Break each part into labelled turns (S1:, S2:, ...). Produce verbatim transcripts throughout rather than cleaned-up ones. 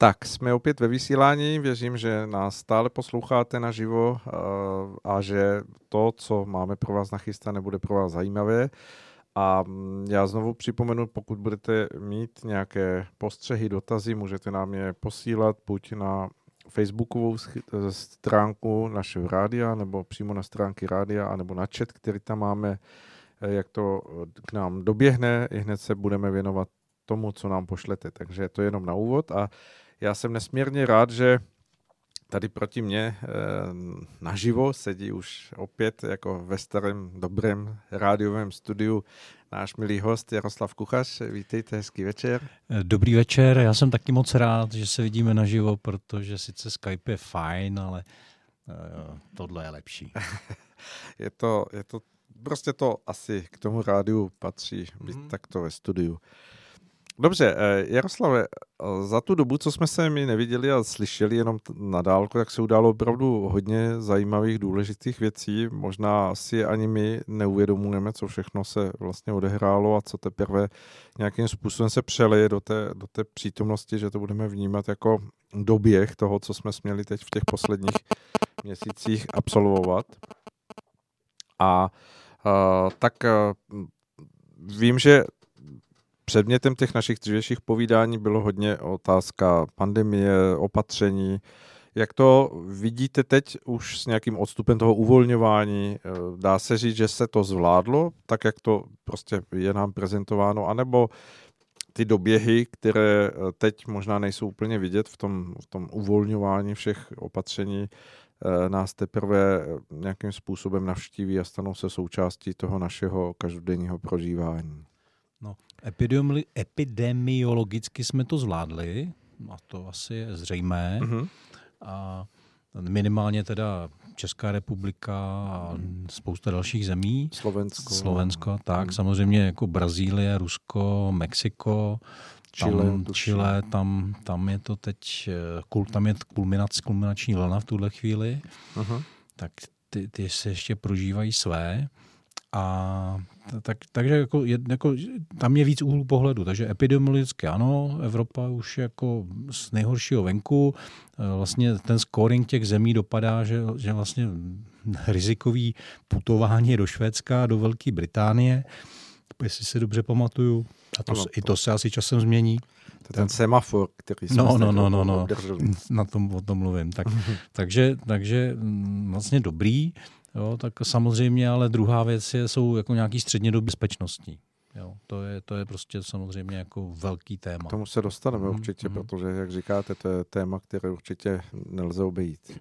S1: Tak, jsme opět ve vysílání, věřím, že nás stále posloucháte naživo a že to, co máme pro vás nachystané, bude pro vás zajímavé. A já znovu připomenu, pokud budete mít nějaké postřehy, dotazy, můžete nám je posílat buď na facebookovou stránku našeho rádia, nebo přímo na stránky rádia, anebo na chat, který tam máme. Jak to k nám doběhne, i hned se budeme věnovat tomu, co nám pošlete. Takže to je jenom na úvod a já jsem nesmírně rád, že tady proti mně e, naživo sedí už opět jako ve starém dobrém rádiovém studiu náš milý host Jaroslav Kuchař. Vítejte, hezký večer.
S2: Dobrý večer, já jsem taky moc rád, že se vidíme naživo, protože sice Skype je fajn, ale e, tohle je lepší.
S1: je, to, je to, prostě to asi k tomu rádiu patří, být mm. takto ve studiu. Dobře, Jaroslave, za tu dobu, co jsme se my neviděli a slyšeli jenom na dálku, tak se událo opravdu hodně zajímavých, důležitých věcí. Možná si ani my neuvědomujeme, co všechno se vlastně odehrálo a co teprve nějakým způsobem se přeleje do té, do té přítomnosti, že to budeme vnímat jako doběh toho, co jsme směli teď v těch posledních měsících absolvovat. A, a tak a, vím, že předmětem těch našich dřívějších povídání bylo hodně otázka pandemie, opatření. Jak to vidíte teď už s nějakým odstupem toho uvolňování? Dá se říct, že se to zvládlo, tak jak to prostě je nám prezentováno, anebo ty doběhy, které teď možná nejsou úplně vidět v tom, v tom uvolňování všech opatření, nás teprve nějakým způsobem navštíví a stanou se součástí toho našeho každodenního prožívání?
S2: No, epidemi- epidemiologicky jsme to zvládli, a to asi je zřejmé. Mm-hmm. A minimálně teda Česká republika a spousta dalších zemí.
S1: Slovensko.
S2: Slovensko, tak. Mm. Samozřejmě jako Brazílie, Rusko, Mexiko,
S1: Chile,
S2: tam, Chile tam, tam je to teď, tam je kulminac, kulminační vlna v tuhle chvíli. Mm-hmm. Tak ty, ty se ještě prožívají své. A tak, takže jako, jako, tam je víc úhlů pohledu, takže epidemiologicky ano, Evropa už jako z nejhoršího venku, vlastně ten scoring těch zemí dopadá, že, že vlastně rizikový putování do Švédska, do Velké Británie, jestli se dobře pamatuju, a to, ano, i to se asi časem změní.
S1: To ten semafor, který jsme
S2: no, no, no, no, no. Na tom o tom mluvím. Tak, takže, takže vlastně dobrý. Jo, tak samozřejmě, ale druhá věc je, jsou jako nějaký střednědobí bezpečnostní. Jo, to je, to je prostě samozřejmě jako velký téma.
S1: K tomu se dostaneme mm, určitě, mm. protože, jak říkáte, to je téma, které určitě nelze obejít.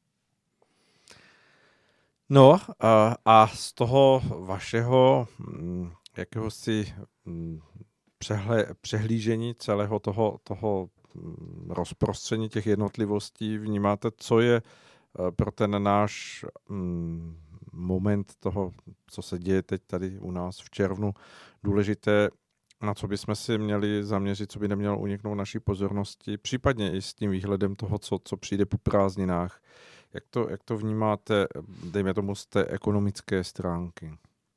S1: No a, a z toho vašeho m, jakéhosi m, přehle, přehlížení celého toho, toho m, rozprostření těch jednotlivostí vnímáte, co je pro ten náš mm, moment toho, co se děje teď tady u nás v červnu, důležité, na co bychom si měli zaměřit, co by nemělo uniknout naší pozornosti, případně i s tím výhledem toho, co, co přijde po prázdninách. Jak to, jak to vnímáte, dejme tomu, z té ekonomické stránky?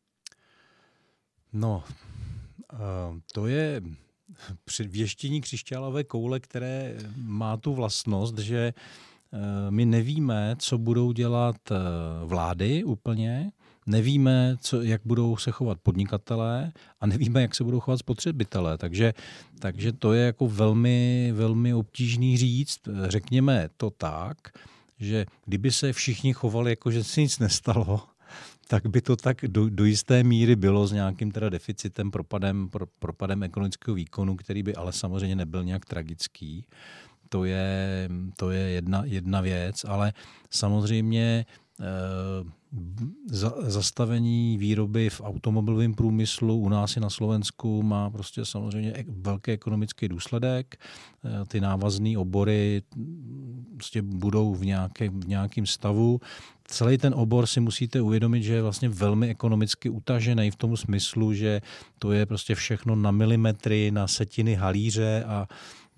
S2: No, to je věštění křišťálové koule, které má tu vlastnost, že my nevíme, co budou dělat vlády úplně, nevíme, co, jak budou se chovat podnikatelé a nevíme, jak se budou chovat spotřebitelé. Takže, takže to je jako velmi, velmi obtížný říct. Řekněme to tak, že kdyby se všichni chovali, jako že se nic nestalo, tak by to tak do, do jisté míry bylo s nějakým teda deficitem, propadem, pro, propadem ekonomického výkonu, který by ale samozřejmě nebyl nějak tragický. To je, to je jedna, jedna věc, ale samozřejmě e, za, zastavení výroby v automobilovém průmyslu u nás i na Slovensku má prostě samozřejmě e, velký ekonomický důsledek. E, ty návazné obory prostě budou v, nějaké, v nějakém stavu. Celý ten obor si musíte uvědomit, že je vlastně velmi ekonomicky utažený v tom smyslu, že to je prostě všechno na milimetry, na setiny halíře a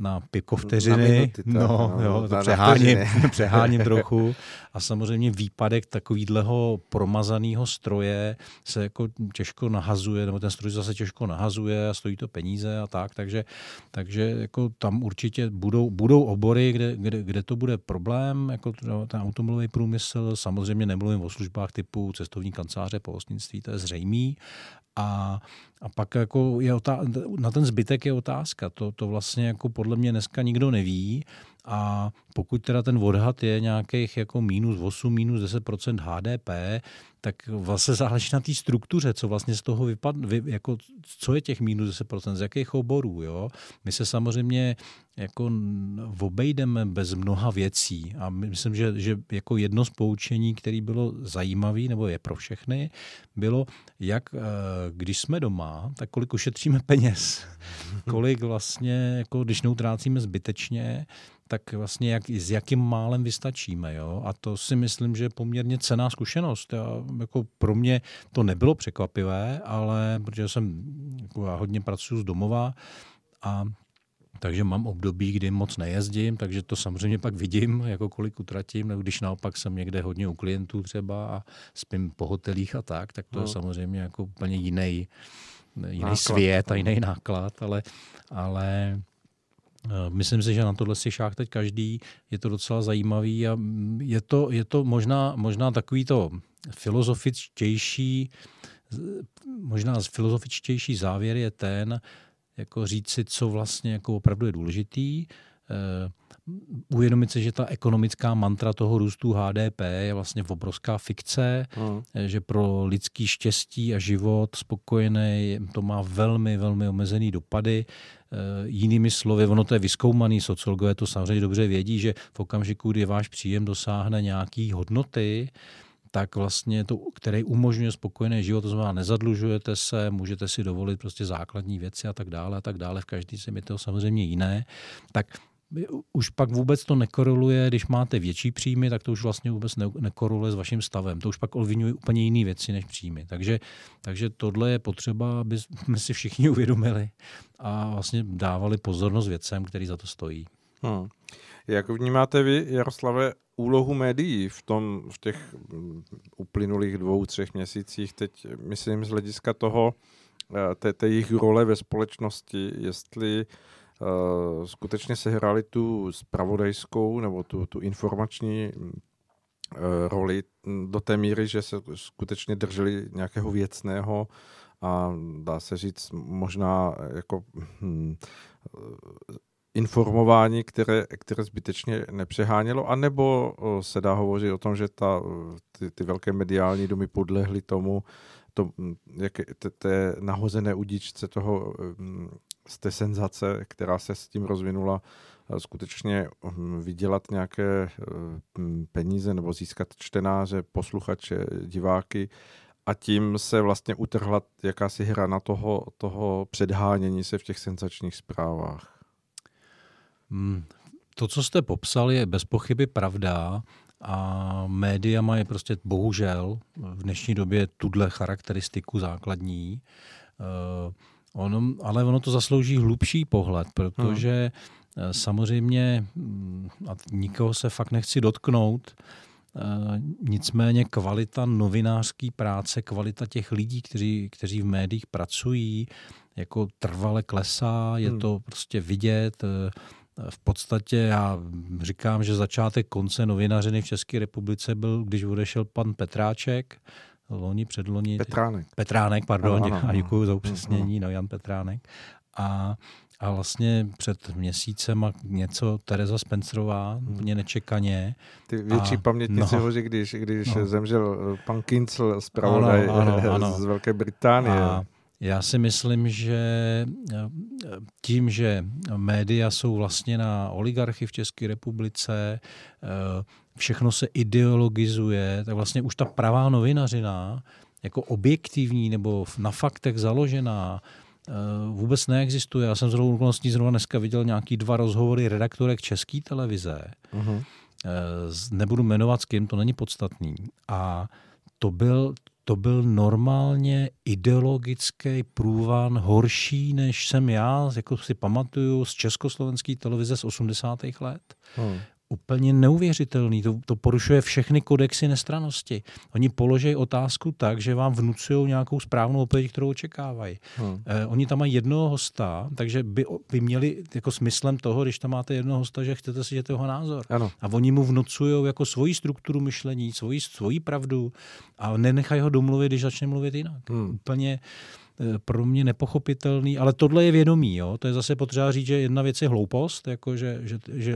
S2: na pěko vteřiny,
S1: na minuty, tak,
S2: no,
S1: no,
S2: jo, to
S1: na,
S2: přeháním,
S1: na
S2: přeháním trochu a samozřejmě výpadek takovýhleho promazaného stroje se jako těžko nahazuje, nebo ten stroj zase těžko nahazuje a stojí to peníze a tak, takže, takže jako tam určitě budou, budou obory, kde, kde, kde to bude problém, jako ten automobilový průmysl, samozřejmě nemluvím o službách typu cestovní kanceláře, pohostnictví, to je zřejmý. A, a pak jako je otá- na ten zbytek je otázka. To, to vlastně jako podle mě dneska nikdo neví. A pokud teda ten odhad je nějakých jako minus osm, minus deset procent H D P, tak vlastně záleží na té struktuře, co vlastně z toho vypadne, jako co je těch minus deset procent, z jakých oborů. Jo? My se samozřejmě jako obejdeme bez mnoha věcí a myslím, že, že jako jedno z poučení, které bylo zajímavé, nebo je pro všechny, bylo, jak když jsme doma, tak kolik ušetříme peněz, kolik vlastně, jako když neutrácíme zbytečně, tak vlastně jak, s jakým málem vystačíme. Jo? A to si myslím, že je poměrně cenná zkušenost. Já, jako pro mě to nebylo překvapivé, ale protože jsem jako já hodně pracuji z domova a takže mám období, kdy moc nejezdím, takže to samozřejmě pak vidím, jako kolik utratím, nebo když naopak jsem někde hodně u klientů třeba a spím po hotelích a tak, tak to no. je samozřejmě jako úplně jiný, jiný svět a jiný náklad, ale, ale myslím si, že na tohle si šáh teď každý, je to docela zajímavý a je to, je to možná, možná takový to filozofičtější, možná filozofičtější závěr je ten, jako říct si, co vlastně jako opravdu je důležitý, uvědomit si, že ta ekonomická mantra toho růstu H D P je vlastně obrovská fikce, mm. že pro lidský štěstí a život spokojený to má velmi, velmi omezený dopady. Jinými slovy, ono to je vyzkoumaný, sociologové to samozřejmě dobře vědí, že v okamžiku, kdy váš příjem dosáhne nějaký hodnoty, tak vlastně to, který umožňuje spokojený život, to znamená nezadlužujete se, můžete si dovolit prostě základní věci a tak dále a tak dále, v každý zemi je to samozřejmě jiné, tak už pak vůbec to nekoreluje, když máte větší příjmy, tak to už vlastně vůbec nekoreluje s vaším stavem. To už pak ovlivňuje úplně jiné věci než příjmy. Takže, takže tohle je potřeba, aby jsme si všichni uvědomili a vlastně dávali pozornost věcem, který za to stojí.
S1: Hmm. Jak vnímáte vy, Jaroslave, úlohu médií v tom, v těch uplynulých dvou, třech měsících, teď myslím z hlediska toho, té, té jejich role ve společnosti, jestli uh, skutečně sehráli tu zpravodajskou nebo tu, tu informační uh, roli do té míry, že se skutečně drželi nějakého věcného a dá se říct možná jako hm, informování, které, které zbytečně nepřehánělo, anebo se dá hovořit o tom, že ta, ty, ty velké mediální domy podlehly tomu, to, jak, té, té nahozené udíčce toho, z té senzace, která se s tím rozvinula, skutečně vydělat nějaké peníze nebo získat čtenáře, posluchače, diváky a tím se vlastně utrhla jakási hrana toho, toho předhánění se v těch senzačních zprávách.
S2: To, co jste popsal, je bez pochyby pravda a média mají prostě bohužel v dnešní době tuhle charakteristiku základní. Ono, ale ono to zaslouží hlubší pohled, protože hmm. samozřejmě a nikoho se fakt nechci dotknout, nicméně kvalita novinářské práce, kvalita těch lidí, kteří, kteří v médiích pracují, jako trvale klesá, je to prostě vidět. V podstatě já říkám, že začátek konce novinařiny v České republice byl, když odešel pan Petráček, loni, předloni.
S1: Petránek.
S2: Petránek, pardon,
S1: ano, ano,
S2: a děkuji za upřesnění, no Jan Petránek. A, a vlastně před měsícem a něco Tereza Spencerová, úplně nečekaně.
S1: Ty větší
S2: a,
S1: pamětníci
S2: no,
S1: hoří, když, když
S2: no.
S1: zemřel pan Kincl, zpravodaj ano, ano, ano. z Velké Británie.
S2: A já si myslím, že tím, že média jsou vlastně na oligarchy v České republice, všechno se ideologizuje, tak vlastně už ta pravá novinařina, jako objektivní nebo na faktech založená, vůbec neexistuje. Já jsem z okolností zrovna dneska viděl nějaký dva rozhovory redaktorek České televize. Uh-huh. Nebudu jmenovat s kým, to není podstatný. A to byl to byl normálně ideologický průvan horší, než jsem já, jako si pamatuju, z československé televize z osmdesátých let. Hmm. Úplně neuvěřitelný. To, to porušuje všechny kodexy nestrannosti. Oni položí otázku tak, že vám vnucují nějakou správnou odpověď, kterou očekávají. Hmm. Eh, oni tam mají jednoho hosta, takže by, by měli jako smyslem toho, když tam máte jednoho hosta, že chcete slyšet jeho názor.
S1: Ano.
S2: A oni mu vnucují jako svoji strukturu myšlení, svoji, svoji pravdu a nenechají ho domluvit, když začne mluvit jinak. Hmm. Úplně pro mě nepochopitelný, ale tohle je vědomí. Jo? To je zase potřeba říct, že jedna věc je hloupost, jako že, že, že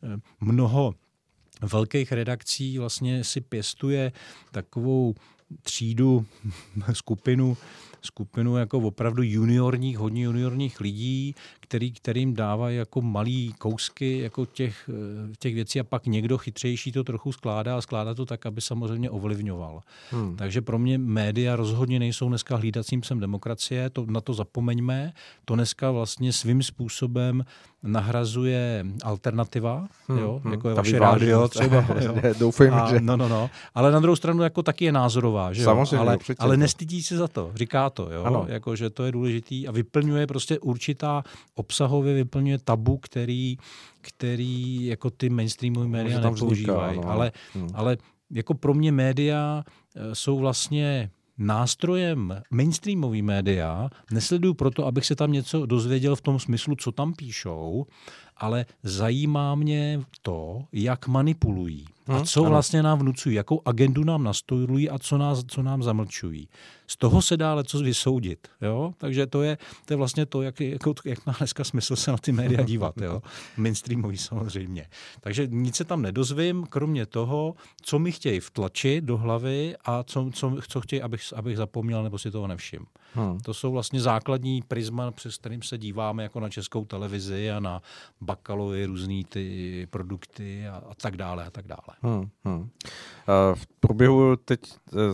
S2: mnoho velkých redakcí vlastně si pěstuje takovou třídu, skupinu, skupinu jako opravdu juniorních, hodně juniorních lidí, který, kterým dávají jako malý kousky jako těch, těch věcí a pak někdo chytřejší to trochu skládá a skládá to tak, aby samozřejmě ovlivňoval. Hmm. Takže pro mě média rozhodně nejsou dneska hlídacím psem demokracie, to, na to zapomeňme. To dneska vlastně svým způsobem nahrazuje alternativa, hmm, jo,
S1: hmm,
S2: jako je vaše rádio třeba.
S1: Doufejme, že...
S2: No, no, no. Ale na druhou stranu jako taky je názorová, že jo?
S1: Samozřejmě,
S2: ale,
S1: určitě.
S2: ale nestydí se za to, říká to, jo?
S1: Ano.
S2: Jako, že to je důležitý a vyplňuje prostě určitá obsahově vyplňuje tabu, který, který jako ty mainstreamové média nepoužívají. No. Ale, hmm. ale jako pro mě média jsou vlastně nástrojem, mainstreamový média nesleduju proto, abych se tam něco dozvěděl v tom smyslu, co tam píšou, ale zajímá mě to, jak manipulují a co vlastně nám vnucují, jakou agendu nám nastolují a co, nás, co nám zamlčují. Z toho se dá lecos vysoudit. Jo? Takže to je, to je vlastně to, jak, jako, jak má dneska smysl se na ty média dívat. Jo? Mainstreamový samozřejmě. Takže nic se tam nedozvím, kromě toho, co mi chtějí vtlačit do hlavy a co, co, co chtějí, abych, abych zapomněl nebo si toho nevšiml. Hmm. To jsou vlastně základní prisma, přes kterým se díváme jako na Českou televizi a na Bakalovy různý ty produkty a, a tak dále a tak dále.
S1: Hmm, hmm. V průběhu teď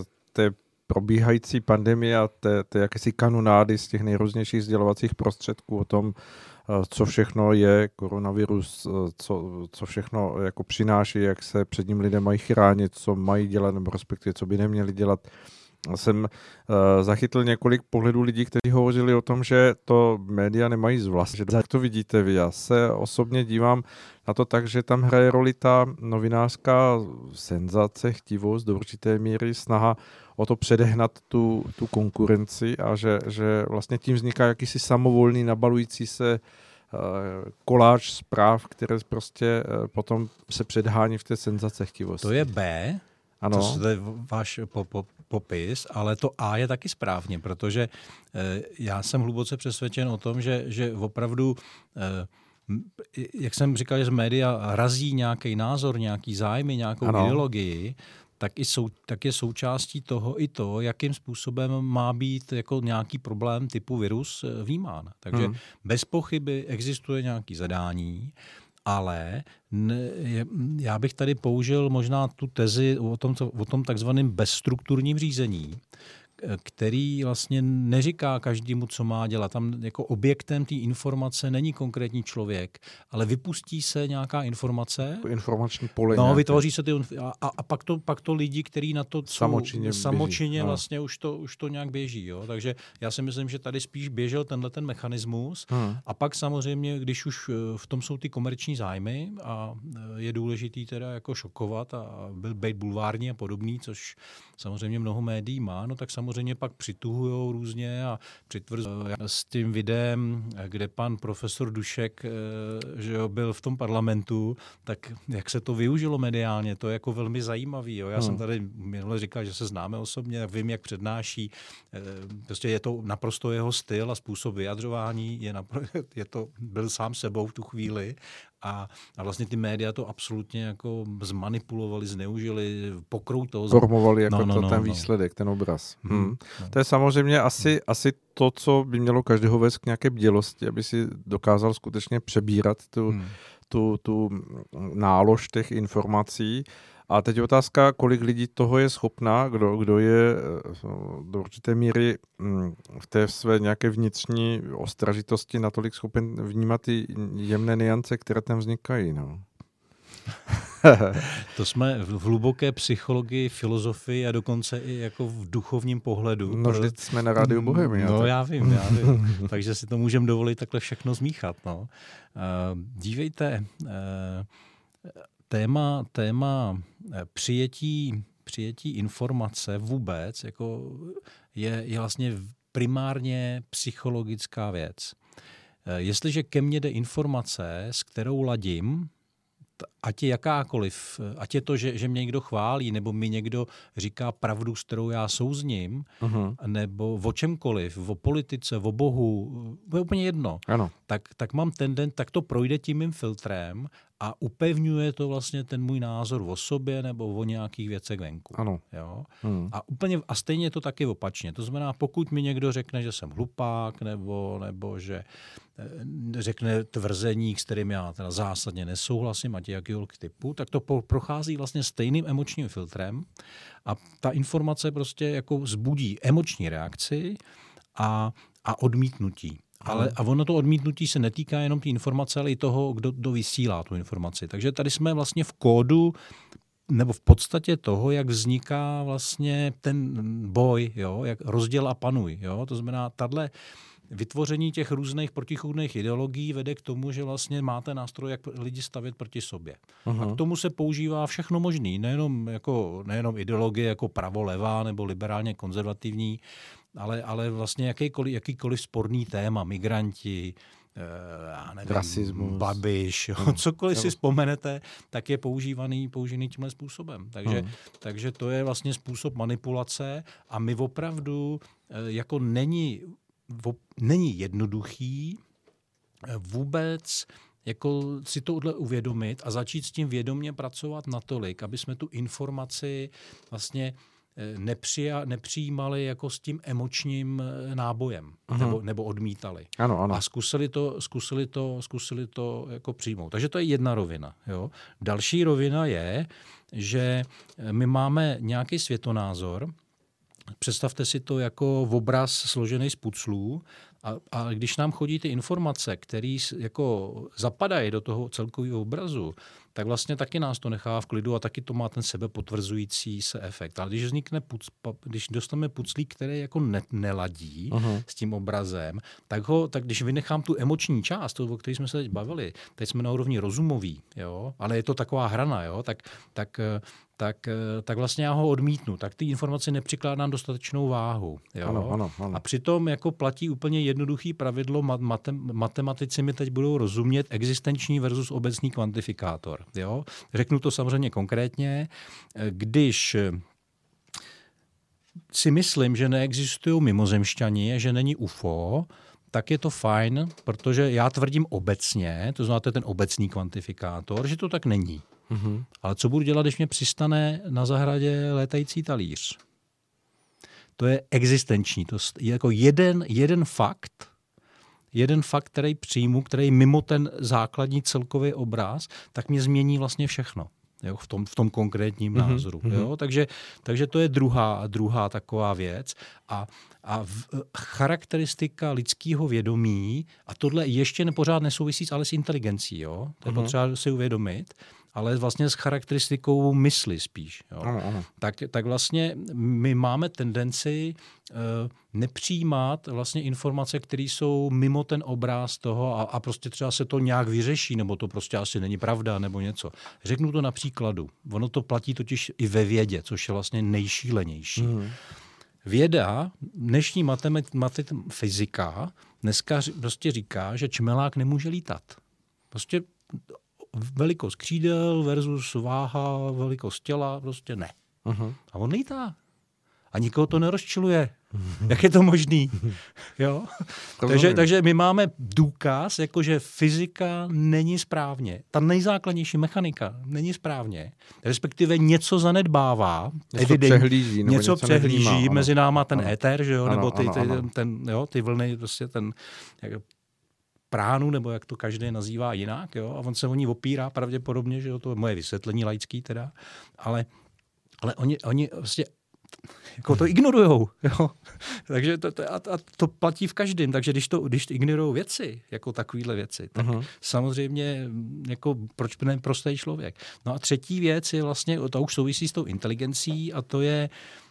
S1: té probíhající pandemie a té, té jakési kanonády z těch nejrůznějších sdělovacích prostředků o tom, co všechno je koronavirus, co, co všechno jako přináší, jak se před ním lidé mají chránit, co mají dělat, nebo respektive co by neměli dělat. Jsem uh, zachytl několik pohledů lidí, kteří hovořili o tom, že to média nemají zvlášť. Jak to vidíte vy? Já se osobně dívám na to tak, že tam hraje roli ta novinářská senzace, chtivost, do určité míry snaha o to předehnat tu, tu konkurenci a že, že vlastně tím vzniká jakýsi samovolný, nabalující se uh, koláč zpráv, které prostě uh, potom se předhání v té senzace chtivosti.
S2: To je B.
S1: Ano.
S2: To je váš po, po, popis, ale to A je taky správně, protože eh, já jsem hluboce přesvědčen o tom, že, že opravdu, eh, jak jsem říkal, že média razí nějaký názor, nějaký zájmy, nějakou ano. ideologii, tak, i sou, tak je součástí toho i to, jakým způsobem má být jako nějaký problém typu virus vnímán. Takže hmm. bez pochyby existuje nějaký zadání, ale ne, já bych tady použil možná tu tezi o tom, o tom takzvaném bezstrukturním řízení, který vlastně neříká každému, co má dělat. Tam jako objektem té informace není konkrétní člověk, ale vypustí se nějaká informace.
S1: Informační pole.
S2: No, vytvoří se ty a, a pak, to, pak to lidi, kteří na to
S1: samočinně,
S2: samočinně vlastně už to, už to nějak běží. Jo? Takže já si myslím, že tady spíš běžel tenhle ten mechanismus hmm. a pak samozřejmě, když už v tom jsou ty komerční zájmy a je důležitý teda jako šokovat a být bulvární a podobný, což samozřejmě mnoho médií má, no tak samozřejmě pak přituhujou různě a přitvrzují s tím videem, kde pan profesor Dušek že jo, byl v tom parlamentu, tak jak se to využilo mediálně, to je jako velmi zajímavý. Jo. Já hmm. jsem tady minule říkal, že se známe osobně, vím, jak přednáší. Prostě je to naprosto jeho styl a způsob vyjadřování, je, napr- je to, byl sám sebou v tu chvíli. A, a vlastně ty média to absolutně jako zmanipulovali, zneužili, pokrouto.
S1: Formovali jako
S2: no, no,
S1: to,
S2: no,
S1: ten
S2: no.
S1: výsledek, ten obraz. Hmm.
S2: Hmm. No.
S1: To je samozřejmě asi, hmm. asi to, co by mělo každého vést k nějaké bdělosti, aby si dokázal skutečně přebírat tu, hmm. tu, tu nálož těch informací. A teď je otázka, kolik lidí toho je schopná, kdo, kdo je do určité míry v té své nějaké vnitřní ostražitosti natolik schopen vnímat ty jemné niance, které tam vznikají. No.
S2: To jsme v hluboké psychologii, filozofii a dokonce i jako v duchovním pohledu.
S1: No vždyť jsme na Rádiu Bohemia.
S2: No já vím, já vím. Takže si to můžeme dovolit takhle všechno zmíchat. No. Uh, dívejte, uh, téma, téma přijetí, přijetí informace vůbec jako je, je vlastně primárně psychologická věc. Jestliže ke mně jde informace, s kterou ladím, ať je jakákoliv, ať je to, že, že mě někdo chválí, nebo mi někdo říká pravdu, s kterou já souzním, uh-huh. nebo o čemkoliv, o politice, o Bohu, je úplně jedno.
S1: Ano.
S2: Tak, tak mám tendent, tak to projde tím mým filtrem a upevňuje to vlastně ten můj názor o sobě nebo o nějakých věcech venku.
S1: Ano.
S2: Jo?
S1: Hmm.
S2: A úplně a stejně je to taky opačně. To znamená, pokud mi někdo řekne, že jsem hlupák, nebo, nebo že řekne tvrzení, s kterým já teda zásadně nesouhlasím, ať jakýhokoliv typu, tak to prochází vlastně stejným emočním filtrem a ta informace prostě jako vzbudí emoční reakci a, a odmítnutí. Ale, a ono to odmítnutí se netýká jenom té informace, ale i toho, kdo, kdo vysílá tu informaci. Takže tady jsme vlastně v kódu nebo v podstatě toho, jak vzniká vlastně ten boj, jo, jak rozděl a panuj. Jo? To znamená, tato vytvoření těch různých protichůdných ideologií vede k tomu, že vlastně máte nástroj, jak lidi stavět proti sobě. Uh-huh. A k tomu se používá všechno možný, nejenom, jako, nejenom ideologie jako pravo-levá nebo liberálně konzervativní, ale, ale vlastně jakýkoliv, jakýkoliv sporný téma, migranti, já nevím,
S1: rasismus,
S2: Babiš, jo, cokoliv si vzpomenete, tak je používaný, používaný tímhle způsobem. Takže, hmm. takže to je vlastně způsob manipulace a my opravdu jako není, není jednoduchý vůbec jako si tohle uvědomit a začít s tím vědomě pracovat natolik, aby jsme tu informaci vlastně Nepřija, nepřijímali jako s tím emočním nábojem uh-huh. nebo, nebo odmítali.
S1: Ano, ano.
S2: A zkusili to, zkusili to, zkusili to jako přijmout. Takže to je jedna rovina. Jo. Další rovina je, že my máme nějaký světonázor. Představte si to jako obraz složený z puclů a, a když nám chodí ty informace, které jako zapadají do toho celkového obrazu, tak vlastně taky nás to nechá v klidu a taky to má ten sebepotvrzující se efekt. Ale když vznikne puc, když dostaneme puclík, který jako ne, neladí uh-huh. s tím obrazem, tak, ho, tak když vynechám tu emoční část, to, o které jsme se teď bavili, teď jsme na úrovni rozumový, jo, ale je to taková hrana, jo, tak, tak, tak, tak vlastně já ho odmítnu. Tak ty informace nepřikládám dostatečnou váhu. Jo.
S1: Ano, ano, ano.
S2: A přitom jako platí úplně jednoduchý pravidlo, matem, matematici mi teď budou rozumět existenční versus obecný kvantifikátor. Jo? Řeknu to samozřejmě konkrétně. Když si myslím, že neexistují mimozemšťani, že není U F O, tak je to fajn, protože já tvrdím obecně, to znamená ten obecný kvantifikátor, že to tak není. Mm-hmm. Ale co budu dělat, když mě přistane na zahradě létající talíř? To je existenční. To je jako jeden, jeden fakt, jeden fakt, který přijmu, který mimo ten základní celkový obraz, tak mě změní vlastně všechno. Jo, v tom, v tom konkrétním mm-hmm. názoru. Jo? Takže, takže to je druhá, druhá taková věc. A, a v, charakteristika lidského vědomí, a tohle ještě nepořád nesouvisí ale s inteligencí, jo? To je mm-hmm. potřeba si uvědomit, ale vlastně s charakteristikou mysli spíš. Jo? Ano, ano. Tak, tak vlastně my máme tendenci uh, nepřijímat vlastně informace, které jsou mimo ten obraz toho a, a prostě třeba se to nějak vyřeší, nebo to prostě asi není pravda, nebo něco. Řeknu to na příkladu. Ono to platí totiž i ve vědě, což je vlastně nejšílenější. Mm. Věda, dnešní matemat, matemat, fyzika, dneska prostě říká, že čmelák nemůže lítat. Prostě velikost křídel versus váha, velikost těla, prostě ne. Uh-huh. A on lítá. A nikoho to nerozčiluje. Uh-huh. Jak je to možný? Jo? takže, takže my máme důkaz, jakože fyzika není správně. Ta nejzákladnější mechanika není správně. Respektive něco zanedbává.
S1: Něco evident, přehlíží. Nebo
S2: něco, něco přehlíží.
S1: Nevnímá,
S2: mezi náma ten
S1: ano.
S2: éter, že jo?
S1: Ano,
S2: nebo ty,
S1: ano,
S2: ty,
S1: ano.
S2: ten, jo? ty vlny, prostě ten... Jak, pránu, nebo jak to každý nazývá jinak, jo? A on se o ní opírá pravděpodobně, že jo? To je moje vysvětlení laický teda, ale, ale oni, oni vlastně jako to ignorujou. Jo? Takže to, to, a, a to platí v každém. Takže když to, když to ignorují věci, jako takovýhle věci, tak uh-huh. samozřejmě jako proč ne prostý člověk. No a třetí věc je vlastně, to už souvisí s tou inteligencí a to je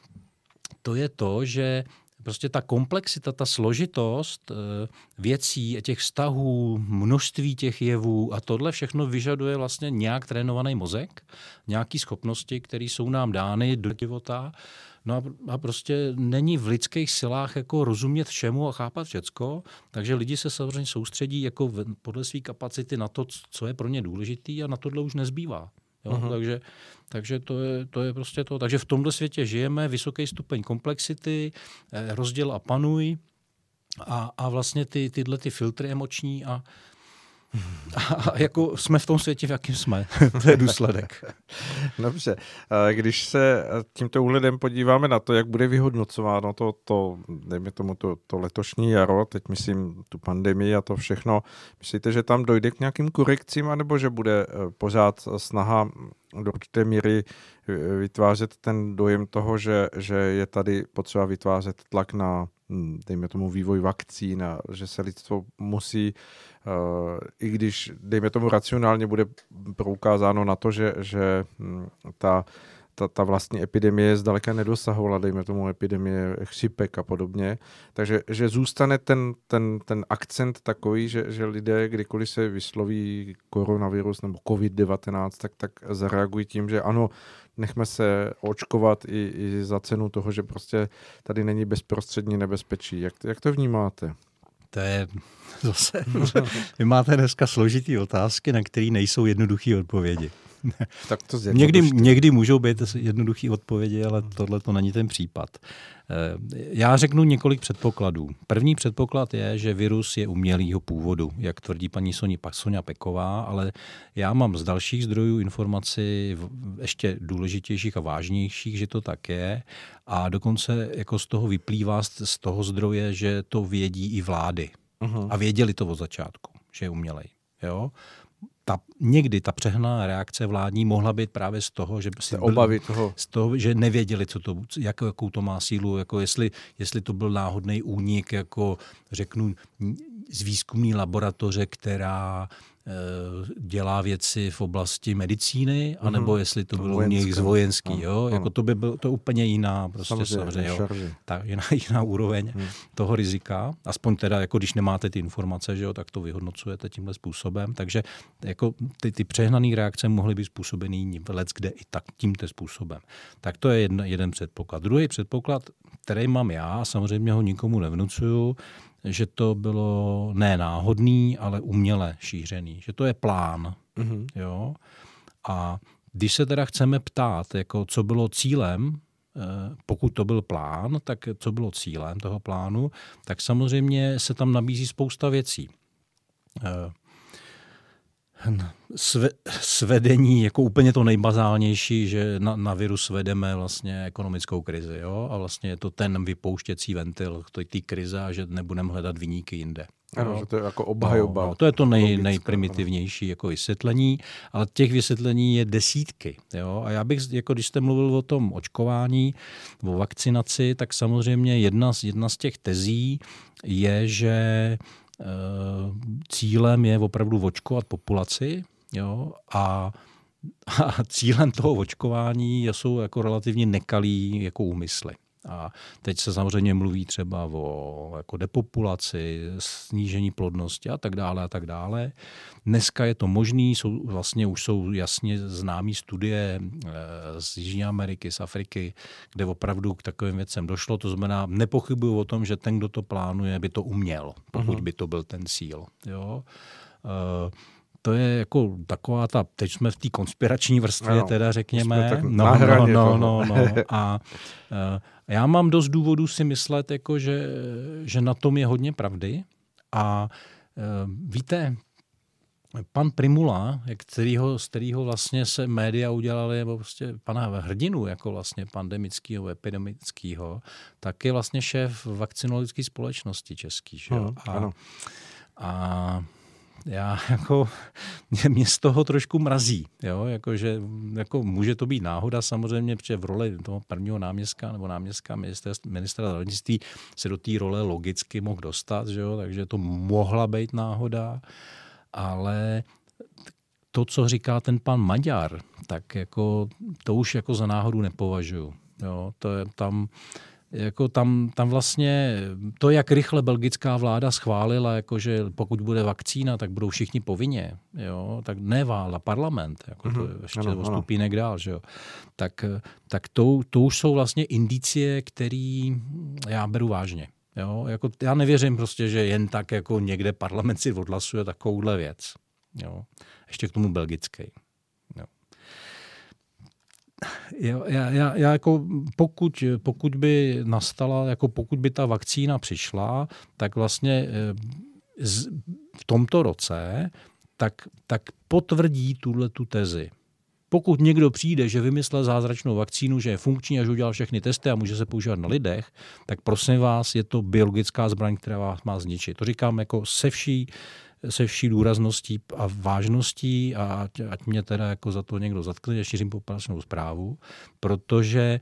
S2: to, je to že prostě ta komplexita, ta složitost věcí a těch vztahů, množství těch jevů a tohle všechno vyžaduje vlastně nějak trénovaný mozek, nějaké schopnosti, které jsou nám dány do života. No a prostě není v lidských silách jako rozumět všemu a chápat všecko, takže lidi se samozřejmě soustředí jako podle své kapacity na to, co je pro ně důležitý a na tohle už nezbývá. Jo? Uh-huh. Takže, takže to, je, to je prostě to. Takže v tomhle světě žijeme, vysoký stupeň komplexity, rozděl a panuj a, a vlastně ty, tyhle ty filtry emoční a, a, a jako jsme v tom světě, v jakém jsme. To je důsledek.
S1: Dobře. Když se tímto úhledem podíváme na to, jak bude vyhodnocováno to, to dejme tomu to, to letošní jaro, teď myslím tu pandemii a to všechno, myslíte, že tam dojde k nějakým korekcím, anebo že bude pořád snaha do určité míry vytvářet ten dojem toho, že, že je tady potřeba vytvářet tlak na, dejme tomu, vývoj vakcín a že se lidstvo musí, uh, i když, dejme tomu, racionálně bude poukázáno na to, že, že ta, ta, ta vlastní epidemie zdaleka nedosahovala, dejme tomu, epidemie chřipek a podobně. Takže že zůstane ten, ten, ten akcent takový, že, že lidé, kdykoliv se vysloví koronavirus nebo covid devatenáct, tak, tak zareagují tím, že ano, nechme se očkovat i, i za cenu toho, že prostě tady není bezprostřední nebezpečí. Jak, jak to vnímáte?
S2: To je zase... Vy máte dneska složitý otázky, na které nejsou jednoduché odpovědi.
S1: Tak to
S2: někdy, někdy můžou být jednoduché odpovědi, ale tohle to není ten případ. Já řeknu několik předpokladů. První předpoklad je, že virus je umělýho původu, jak tvrdí paní Soňa Peková, ale já mám z dalších zdrojů informací ještě důležitějších a vážnějších, že to tak je. A dokonce jako z toho vyplývá z toho zdroje, že to vědí i vlády. Uh-huh. A věděli to od začátku, že je umělej. Jo? Ta, někdy ta přehnaná reakce vládní mohla být právě z toho, že si
S1: obavy toho.
S2: Z toho, že nevěděli, co to, jak, jakou to má sílu, jako jestli, jestli to byl náhodný únik, jako řeknu, z výzkumné laboratoře, která e, dělá věci v oblasti medicíny, mm-hmm. anebo jestli to bylo únik z vojenský. Ano, jo? Ano. Jako to by bylo to úplně jiná, prostě samozřejmě, jo? Ta jiná, jiná úroveň hmm. toho rizika. Aspoň teda, jako když nemáte ty informace, že jo, tak to vyhodnocujete tímhle způsobem. Takže jako ty, ty přehnané reakce mohly být způsobený leckde i tak tímto způsobem. Tak to je jedna, jeden předpoklad. Druhý předpoklad, který mám já, samozřejmě ho nikomu nevnucuju, že to bylo ne náhodný, ale uměle šířený. Že to je plán. Mm-hmm. Jo? A když se teda chceme ptát, jako co bylo cílem, pokud to byl plán, tak co bylo cílem toho plánu, tak samozřejmě se tam nabízí spousta věcí. Sve, svedení, jako úplně to nejbazálnější, že na, na virus vedeme vlastně ekonomickou krizi. Jo? A vlastně je to ten vypouštěcí ventil té krize a že nebudeme hledat viníky jinde.
S1: Ano, že to je jako obhajoba.
S2: No, no, to je to nej, nejprimitivnější jako vysvětlení, ale těch vysvětlení je desítky. Jo? A já bych, jako když jste mluvil o tom očkování, o vakcinaci, tak samozřejmě jedna z, jedna z těch tezí je, že cílem je opravdu očkovat populaci, jo, a, a cílem toho očkování jsou jako relativně nekalý jako úmysly. A teď se samozřejmě mluví třeba o jako depopulaci, snížení plodnosti a tak dále a tak dále. Dneska je to možný, jsou, vlastně už jsou jasně známé studie z Jižní Ameriky, z Afriky, kde opravdu k takovým věcem došlo. To znamená, nepochybuju o tom, že ten, kdo to plánuje, by to uměl, pokud uh-huh. by to byl ten cíl. Jo? Uh, To je jako taková ta, teď jsme v té konspirační vrstvě, no, teda řekněme. No, no, no, no, no. A uh, já mám dost důvodů si myslet, jako, že, že na tom je hodně pravdy. A uh, víte, pan Primula, kterýho, z kterého vlastně se média udělali, nebo prostě pana hrdinu, jako vlastně pandemického, epidemického, tak je vlastně šéf vakcinologické společnosti český. Že?
S1: Hmm,
S2: a,
S1: ano.
S2: a já jako, mě z toho trošku mrazí, jo, jakože, jako může to být náhoda samozřejmě, protože v roli toho prvního náměstka nebo náměstka ministra zdravotnictví se do té role logicky mohl dostat, že jo, takže to mohla být náhoda, ale to, co říká ten pan Maďar, tak jako to už jako za náhodu nepovažuju, jo, to je tam Jako tam, tam vlastně to, jak rychle belgická vláda schválila, jakože pokud bude vakcína, tak budou všichni povinně, jo? Tak ne vláda, parlament, jako to mm-hmm. ještě o stupínek dál, že jo? Tak, tak to, to už jsou vlastně indicie, které já beru vážně. Jo? Jako, já nevěřím prostě, že jen tak jako někde parlament si odhlasuje takovouhle věc. Jo? Ještě k tomu belgický. Já, já, já jako pokud, pokud by nastala, jako pokud by ta vakcína přišla, tak vlastně v tomto roce tak, tak potvrdí tuhle tu tezi. Pokud někdo přijde, že vymyslel zázračnou vakcínu, že je funkční, až udělal všechny testy a může se používat na lidech, tak prosím vás, je to biologická zbraň, která vás má zničit. To říkám jako se vší se vší důrazností a vážností a ať mě teda jako za to někdo zatkne, šířím populární zprávu, protože e,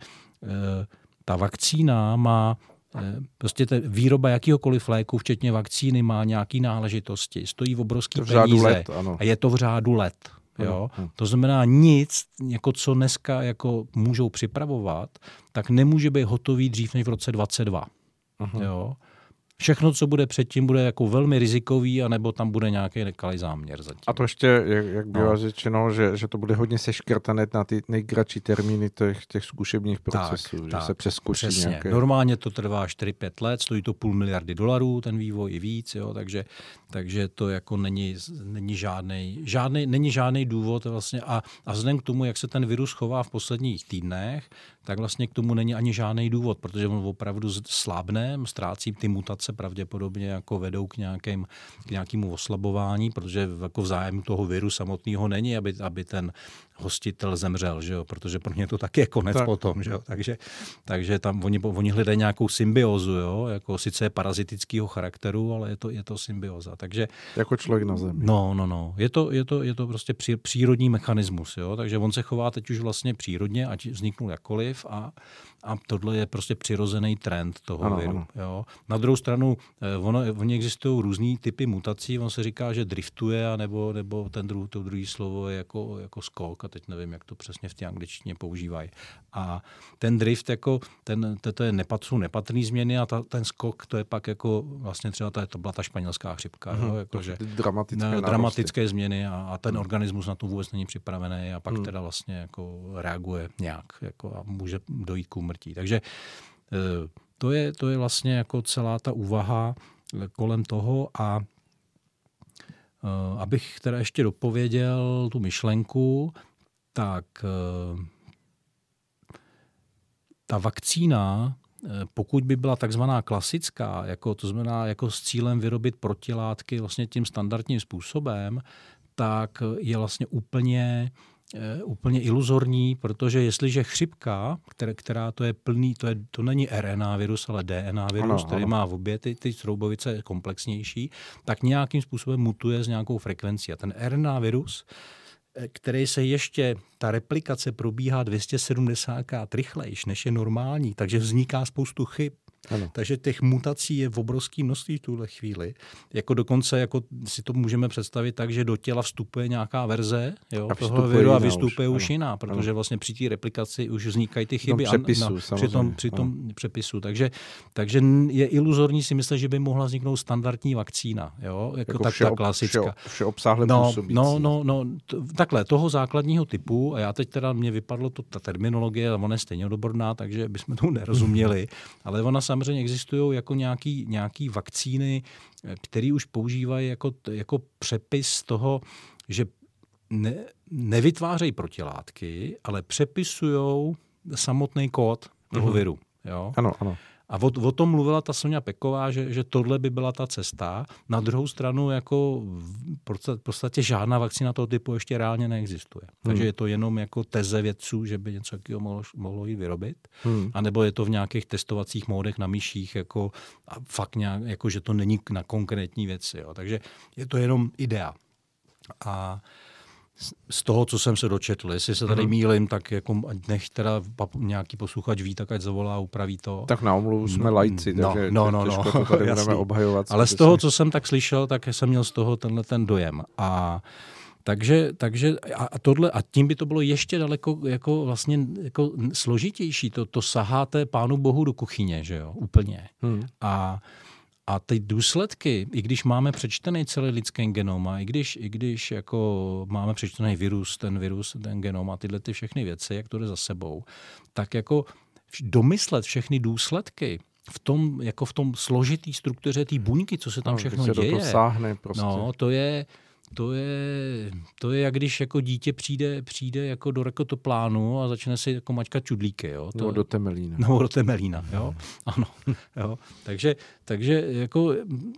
S2: ta vakcína má e, prostě ta výroba jakýhokoliv léku, včetně vakcíny, má nějaký náležitosti. Stojí v obrovský peníze
S1: let, ano.
S2: A je to v řádu let. Jo? Ano. To znamená nic, jako co dneska jako můžou připravovat, tak nemůže být hotový dřív než v roce dvacet dva. Jo? Všechno, co bude předtím, bude jako velmi rizikový, anebo tam bude nějaký nekalý záměr zatím.
S1: A to ještě, jak, jak bylo no. řečeno, že, že to bude hodně seškrtané na ty nejkratší termíny těch, těch zkušebních procesů, tak, že tak, se přeskouší nějaké.
S2: Normálně to trvá čtyři pět let, stojí to půl miliardy dolarů, ten vývoj i víc, jo, takže, takže to jako není, není žádnej, žádnej, není žádnej důvod vlastně a, a vzhledem k tomu, jak se ten virus chová v posledních týdnech, tak vlastně k tomu není ani žádný důvod, protože on opravdu slábne, ztrácí ty mutace pravděpodobně jako vedou k, nějakým, k nějakému oslabování, protože jako v zájmu toho viru samotného není, aby, aby ten hostitel zemřel, že jo? Protože pro ně to taky je konec tak. potom. Že jo? Takže, takže tam oni, oni hledají nějakou symbiózu, jo? Jako sice je parazitického charakteru, ale je to, je to symbioza. Takže,
S1: jako člověk na zemi.
S2: No, no, no. Je to, je to, je to prostě pří, přírodní mechanismus. Jo? Takže on se chová teď už vlastně přírodně, ať vzniknul jakkoliv a, a tohle je prostě přirozený trend toho ano, viru. Ano. Jo? Na druhou stranu, ono, oni existují různý typy mutací, on se říká, že driftuje, nebo, nebo ten druhý, to druhé slovo je jako, jako skok, a teď nevím, jak to přesně v té angličtině používají. A ten drift, jako, ten, to, to je nepatřu, nepatrný změny a ta, ten skok, to je pak jako vlastně třeba ta, to byla ta španělská chřipka. Hmm, jo? Jako, že,
S1: dramatické,
S2: na, dramatické změny a, a ten hmm. organismus na to vůbec není připravený a pak hmm. teda vlastně jako reaguje nějak jako a může dojít k úmrtí. Takže to je, to je vlastně jako celá ta úvaha kolem toho a abych teda ještě dopověděl tu myšlenku, tak ta vakcína, pokud by byla takzvaná klasická, jako, to znamená jako s cílem vyrobit protilátky vlastně tím standardním způsobem, tak je vlastně úplně úplně iluzorní, protože jestliže chřipka, která, která to je plný, to, je, to není R N A virus, ale D N A virus, ano, který ano. má v obě ty, ty troubovice komplexnější, tak nějakým způsobem mutuje s nějakou frekvencí. A ten R N A virus, který se ještě, ta replikace probíhá dvě stě sedmdesátkrát rychlejš, než je normální, takže vzniká spoustu chyb. Ano. Takže těch mutací je v obrovském množství v tuhle chvíli. Jako dokonce jako si to můžeme představit tak, že do těla vstupuje nějaká verze jo, toho viru a vystupuje už, už jiná, protože ano. vlastně při té replikaci už vznikají ty chyby
S1: přepisu,
S2: na, při tom, při tom přepisu. Takže, takže je iluzorní si myslet, že by mohla vzniknout standardní vakcína. Jo? Jako, jako tak, vše, ta klasická.
S1: Vše, vše obsáhle
S2: no,
S1: působící.
S2: No, no, no, t- takhle, toho základního typu, a já teď teda, mě vypadlo to, ta terminologie, ale ona je stejně odborná, takže bychom tomu nerozuměli, ale ona samozřejmě existují jako nějaký, nějaký vakcíny, které už používají jako, jako přepis toho, že ne, nevytvářejí protilátky, ale přepisují samotný kód toho mm-hmm. viru. Jo?
S1: Ano, ano.
S2: A o, o tom mluvila ta Soňa Peková, že, že tohle by byla ta cesta. Na druhou stranu jako v podstatě žádná vakcína toho typu ještě reálně neexistuje. Hmm. Takže je to jenom jako teze vědců, že by něco takového mohlo, mohlo jít vyrobit. Hmm. A nebo je to v nějakých testovacích módech na myších, jako, a fakt nějak, jako, že to není na konkrétní věci. Jo. Takže je to jenom idea. A z toho, co jsem se dočetl, jestli se tady mm. mýlim, tak jako nech teda nějaký posluchač ví, tak ať zavolá a upraví to.
S1: Tak na omluvu jsme lajci,
S2: no,
S1: takže
S2: no, no,
S1: těžko
S2: no,
S1: to tady budeme obhajovat.
S2: Ale z toho, co jsem tak slyšel, tak jsem měl z toho tenhle ten dojem. A takže, takže a tohle, a tím by to bylo ještě daleko jako vlastně jako složitější. To, to saháte Pánu Bohu do kuchyně, že jo, úplně. Hmm. A A ty důsledky, i když máme přečtený celý lidský genom, a i když, i když jako máme přečtený virus, ten virus, ten genom a tyhle ty všechny věci, jak to jde za sebou, tak jako domyslet všechny důsledky v tom, jako v tom složitý struktuře té buňky, co se tam no, všechno
S1: se
S2: děje.
S1: Do toho sáhne prostě.
S2: No, to je... To je, to je, jak když jako dítě přijde, přijde jako do raketoplánu a začne si jako mačkat čudlíky. Jo? To,
S1: nebo do Temelína.
S2: Nebo do Temelína, jo. Ano. Jo. Takže, takže jako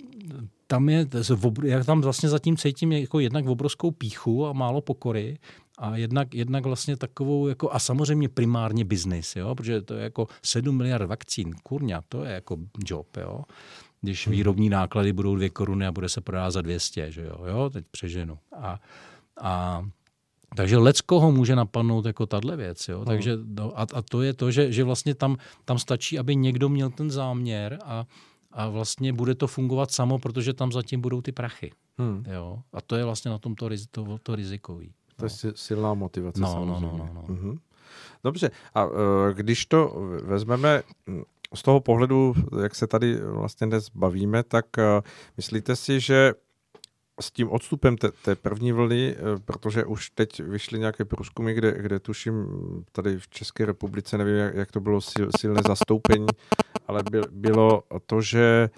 S2: tam je, já tam vlastně zatím cítím jako jednak obrovskou pýchu a málo pokory a jednak, jednak vlastně takovou jako, a samozřejmě primárně biznis, jo, protože to je jako sedm miliard vakcín, kurňa, to je jako job, jo. Když výrobní náklady budou dvě koruny a bude se prodávat za dvě stě, že jo, jo, teď přeženu. A, a takže leckoho může napadnout jako tahle věc, jo. Takže no, a, a to je to, že, že vlastně tam, tam stačí, aby někdo měl ten záměr a, a vlastně bude to fungovat samo, protože tam zatím budou ty prachy, hmm. jo. A to je vlastně na tom to, to, to rizikový.
S1: To je no. silná motivace
S2: no,
S1: samozřejmě.
S2: No, no, no, no.
S1: Mhm. Dobře, a uh, když to vezmeme z toho pohledu, jak se tady vlastně dnes bavíme, tak uh, myslíte si, že s tím odstupem té, té první vlny, uh, protože už teď vyšly nějaké průzkumy, kde, kde tuším tady v České republice, nevím, jak, jak to bylo sil, silné zastoupení, ale by, bylo to, že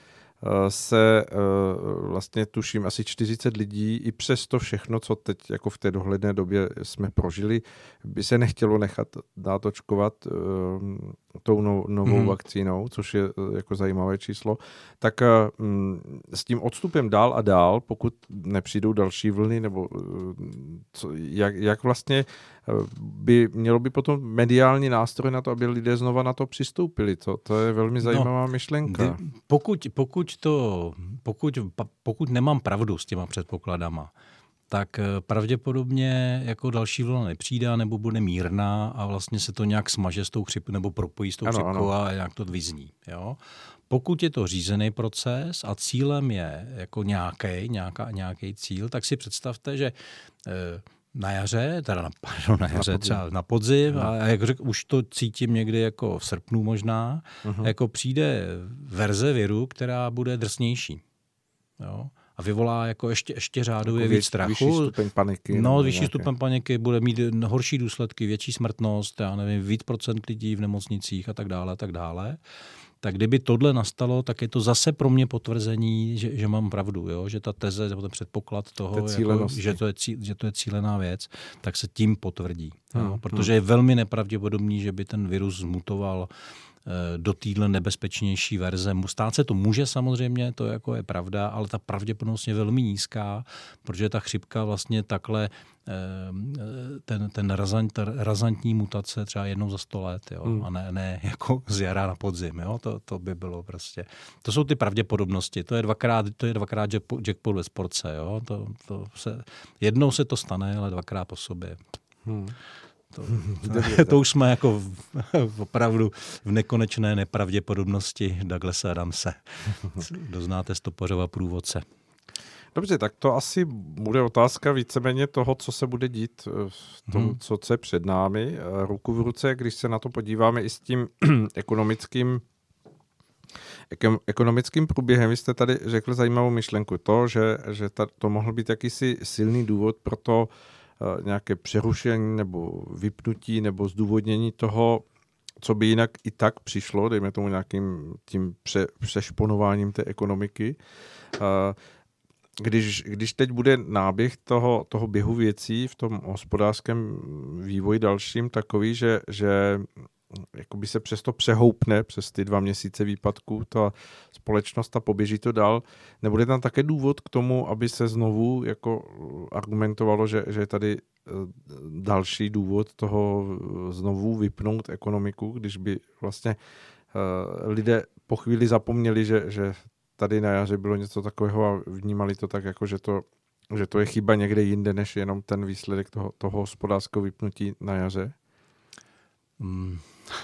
S1: se vlastně tuším asi čtyřicet lidí i přes to všechno, co teď jako v té dohledné době jsme prožili, by se nechtělo nechat dát očkovat tou novou mm. vakcínou, což je jako zajímavé číslo, tak s tím odstupem dál a dál, pokud nepřijdou další vlny, nebo co, jak, jak vlastně by mělo by potom mediální nástroj na to, aby lidé znova na to přistoupili. To, to je velmi zajímavá no, myšlenka.
S2: Pokud, pokud, to, pokud, pokud nemám pravdu s těma předpokladama, tak pravděpodobně jako další vlna nepřijde, nebo bude mírná a vlastně se to nějak smaže s tou chřipkou, nebo propojí s tou chřipkou a nějak to vyzní. Jo? Pokud je to řízený proces a cílem je jako nějaký, nějaká, nějaký cíl, tak si představte, že eh, na jaře, teda na, pardon, na jaře, na třeba na podzim, no. A jak řek, už to cítím někdy jako v srpnu možná, uh-huh. jako přijde verze viru, která bude drsnější. Jo? A vyvolá jako ještě, ještě řádově jako víc strachu.
S1: Vyšší stupeň paniky.
S2: No, vyšší nějaké. stupeň paniky, bude mít horší důsledky, větší smrtnost, já nevím, víc procent lidí v nemocnicích a tak dále, a tak dále. Tak kdyby tohle nastalo, tak je to zase pro mě potvrzení, že, že mám pravdu, jo? Že ta teze, nebo ten předpoklad toho, jako, že, to je cí, že to je cílená věc, tak se tím potvrdí. Hmm, jo? Protože hmm. je velmi nepravděpodobný, že by ten virus zmutoval do téhle nebezpečnější verze. Stát se to může samozřejmě, to jako je pravda, ale ta pravděpodobnost je velmi nízká, protože ta chřipka vlastně takhle ten, ten razant, ta razantní mutace třeba jednou za sto let, jo? Hmm. A ne, ne jako z jara na podzim. Jo? To, to by bylo prostě. To jsou ty pravděpodobnosti. To je dvakrát, to je dvakrát jackpot ve sportce. Jo? To, to se, jednou se to stane, ale dvakrát po sobě. Hmm. To, to, to už jsme jako v, opravdu v nekonečné nepravděpodobnosti Douglasa Adamse. Doznáte Stopařova průvodce.
S1: Dobře, tak to asi bude otázka víceméně toho, co se bude dít v tom, hmm. co je před námi. Ruku v ruce, když se na to podíváme i s tím ekonomickým ekonomickým průběhem. Vy jste tady řekl zajímavou myšlenku. To, že, že ta, to mohl být jakýsi silný důvod pro to, nějaké přerušení nebo vypnutí nebo zdůvodnění toho, co by jinak i tak přišlo, dejme tomu nějakým tím pře, přešponováním té ekonomiky. Když, když teď bude náběh toho, toho běhu věcí v tom hospodářském vývoji dalším takový, že, že jakoby se přesto přehoupne přes ty dva měsíce výpadku, ta společnost a poběží to dál. Nebude tam také důvod k tomu, aby se znovu jako argumentovalo, že, že je tady další důvod toho znovu vypnout ekonomiku, když by vlastně uh, lidé po chvíli zapomněli, že, že tady na jaře bylo něco takového a vnímali to tak, jako že to, že to je chyba někde jinde, než jenom ten výsledek toho, toho hospodářského vypnutí na jaře?
S2: Hmm.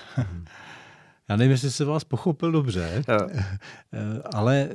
S2: Já nevím, jestli se vás pochopil dobře, ale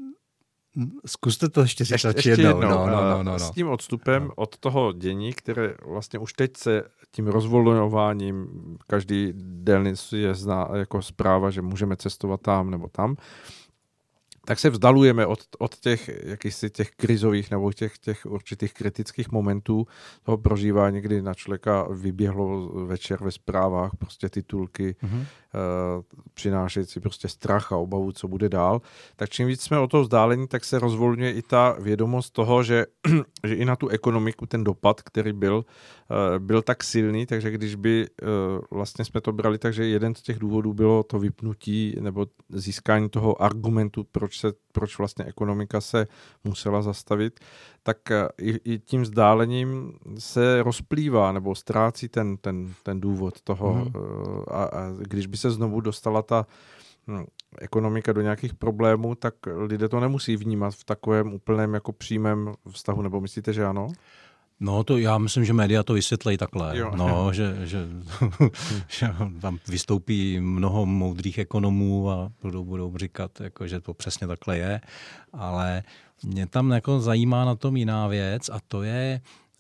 S2: zkuste to ještě říct ještě jednou. jednou. No, no, no, no, no.
S1: S tím odstupem no. od toho dění, které vlastně už teď se tím rozvolňováním, každý den je zná jako zpráva, že můžeme cestovat tam nebo tam, tak se vzdalujeme od, od těch jakýchsi těch krizových nebo těch, těch určitých kritických momentů toho prožívání, kdy na člověka vyběhlo večer ve zprávách prostě titulky mm-hmm. uh, přinášející prostě strach a obavu, co bude dál. Tak čím víc jsme o toho vzdálení, tak se rozvolňuje i ta vědomost toho, že, že i na tu ekonomiku ten dopad, který byl, uh, byl tak silný, takže když by uh, vlastně jsme to brali, takže jeden z těch důvodů bylo to vypnutí nebo získání toho argumentu, proč Se, proč vlastně ekonomika se musela zastavit, tak i, i tím vzdálením se rozplývá nebo ztrácí ten, ten, ten důvod toho. Mm. A, a když by se znovu dostala ta hm, ekonomika do nějakých problémů, tak lidé to nemusí vnímat v takovém úplném jako přímém vztahu, nebo myslíte, že ano?
S2: No, to já myslím, že média to vysvětlejí takhle. Jo. No, že, že, že tam vystoupí mnoho moudrých ekonomů a budou, budou říkat, jako, že to přesně takhle je. Ale mě tam jako zajímá na tom jiná věc a to je,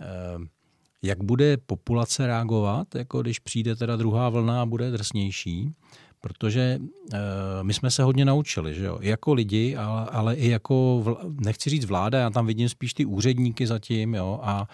S2: jak bude populace reagovat, jako když přijde teda druhá vlna a bude drsnější. Protože uh, my jsme se hodně naučili, že jo, jako lidi, ale, ale i jako, vl- nechci říct vláda, já tam vidím spíš ty úředníky zatím, jo, a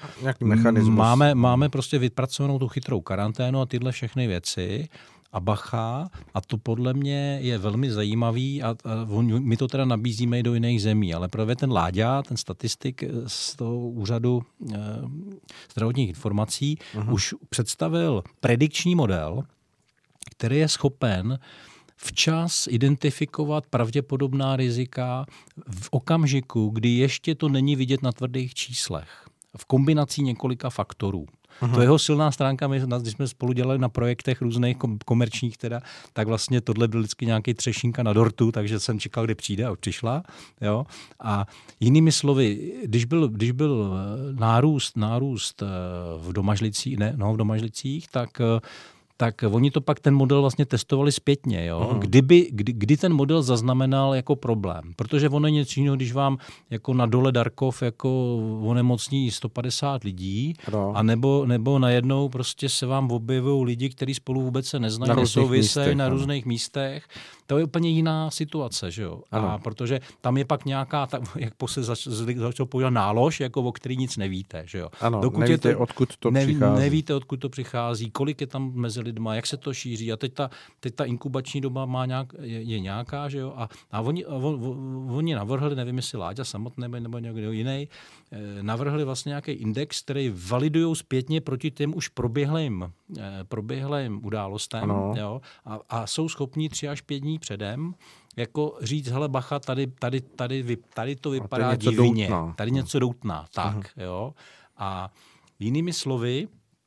S2: máme, máme prostě vypracovanou tu chytrou karanténu a tyhle všechny věci a bacha, a to podle mě je velmi zajímavý a, a my to teda nabízíme i do jiných zemí, ale právě ten Láďa, ten statistik z toho úřadu uh, zdravotních informací uh-huh. už představil predikční model, který je schopen včas identifikovat pravděpodobná rizika v okamžiku, kdy ještě to není vidět na tvrdých číslech. V kombinací několika faktorů. Aha. To je jeho silná stránka, my, když jsme spolu dělali na projektech různých komerčních, teda, tak vlastně tohle byl vždycky nějaký třešínka na dortu, takže jsem čekal, kdy přijde a přišla. Jo? A jinými slovy, když byl, když byl nárůst, nárůst v Domažlicích, ne, no, v Domažlicích, tak tak oni to pak ten model vlastně testovali zpětně. Jo? Kdyby, kdy, kdy ten model zaznamenal jako problém. Protože ono je něco jiného, když vám jako na dole Darkov jako onemocní sto padesát lidí no. a nebo, nebo najednou prostě se vám objevují lidi, kteří spolu vůbec se neznají, nesouvisejí na různých místech. To je úplně jiná situace, že jo? A protože tam je pak nějaká, tak, jak se začal povídat nálož, jako o který nic nevíte, že jo?
S1: Ano, Dokud nevíte, je to, odkud to
S2: neví,
S1: přichází.
S2: Nevíte, odkud to přichází, kolik je tam mezi lidma, jak se to šíří. A teď ta, teď ta inkubační doba má nějak, je, je nějaká, že jo? A, a oni, on, oni navrhli, nevím, jestli Láďa samotný nebo někdo jiný, navrhli vlastně nějaký index, který validují zpětně proti těm už proběhlým, proběhlým událostem, jo? A, a jsou schopní tři až pět dní předem jako říct, hele bacha, tady, tady, tady, tady to vypadá divně, doutná. tady něco doutná, tak, uh-huh. jo. A jinými slovy,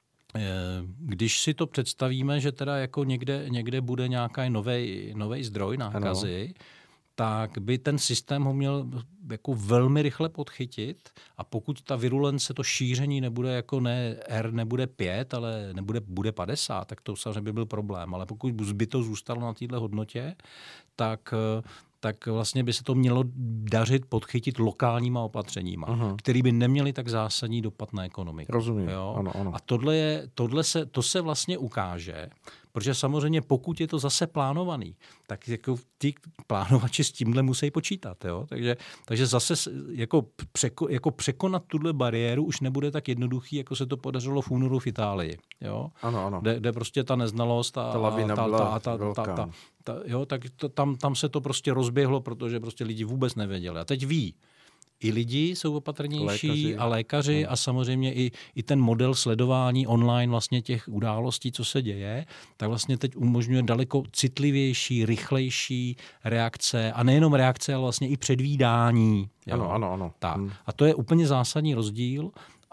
S2: když si to představíme, že teda jako někde, někde bude nějaký nový zdroj nákazy, ano. tak by ten systém ho měl jako velmi rychle podchytit a pokud ta virulence, to šíření nebude jako ne R, nebude pět, ale nebude, bude padesát, tak to samozřejmě by byl problém. Ale pokud by to zůstalo na této hodnotě, tak, tak vlastně by se to mělo dařit podchytit lokálníma opatřeníma, uh-huh. které by neměly tak zásadní dopad na ekonomiku.
S1: Rozumím, jo? Ano, ano.
S2: A tohle, je, tohle se, to se vlastně ukáže, protože samozřejmě pokud je to zase plánovaný, tak jako ty plánovači s tímhle musí počítat. Jo? Takže, takže zase jako, překo, jako překonat tuhle bariéru už nebude tak jednoduchý, jako se to podařilo v únoru v Itálii. Jo?
S1: Ano, ano.
S2: Kde, kde prostě ta neznalost a
S1: ta lavina
S2: ta,
S1: byla
S2: ta, ta,
S1: velká.
S2: Ta, ta, ta, jo, tak to, tam, tam se to prostě rozběhlo, protože prostě lidi vůbec nevěděli. A teď ví. i lidi jsou opatrnější
S1: lékaři.
S2: a lékaři no. a samozřejmě i, i ten model sledování online vlastně těch událostí, co se děje, tak vlastně teď umožňuje daleko citlivější, rychlejší reakce a nejenom reakce, ale vlastně i předvídání. Jo.
S1: Ano, ano, ano.
S2: Tak.
S1: Hmm.
S2: A to je úplně zásadní rozdíl.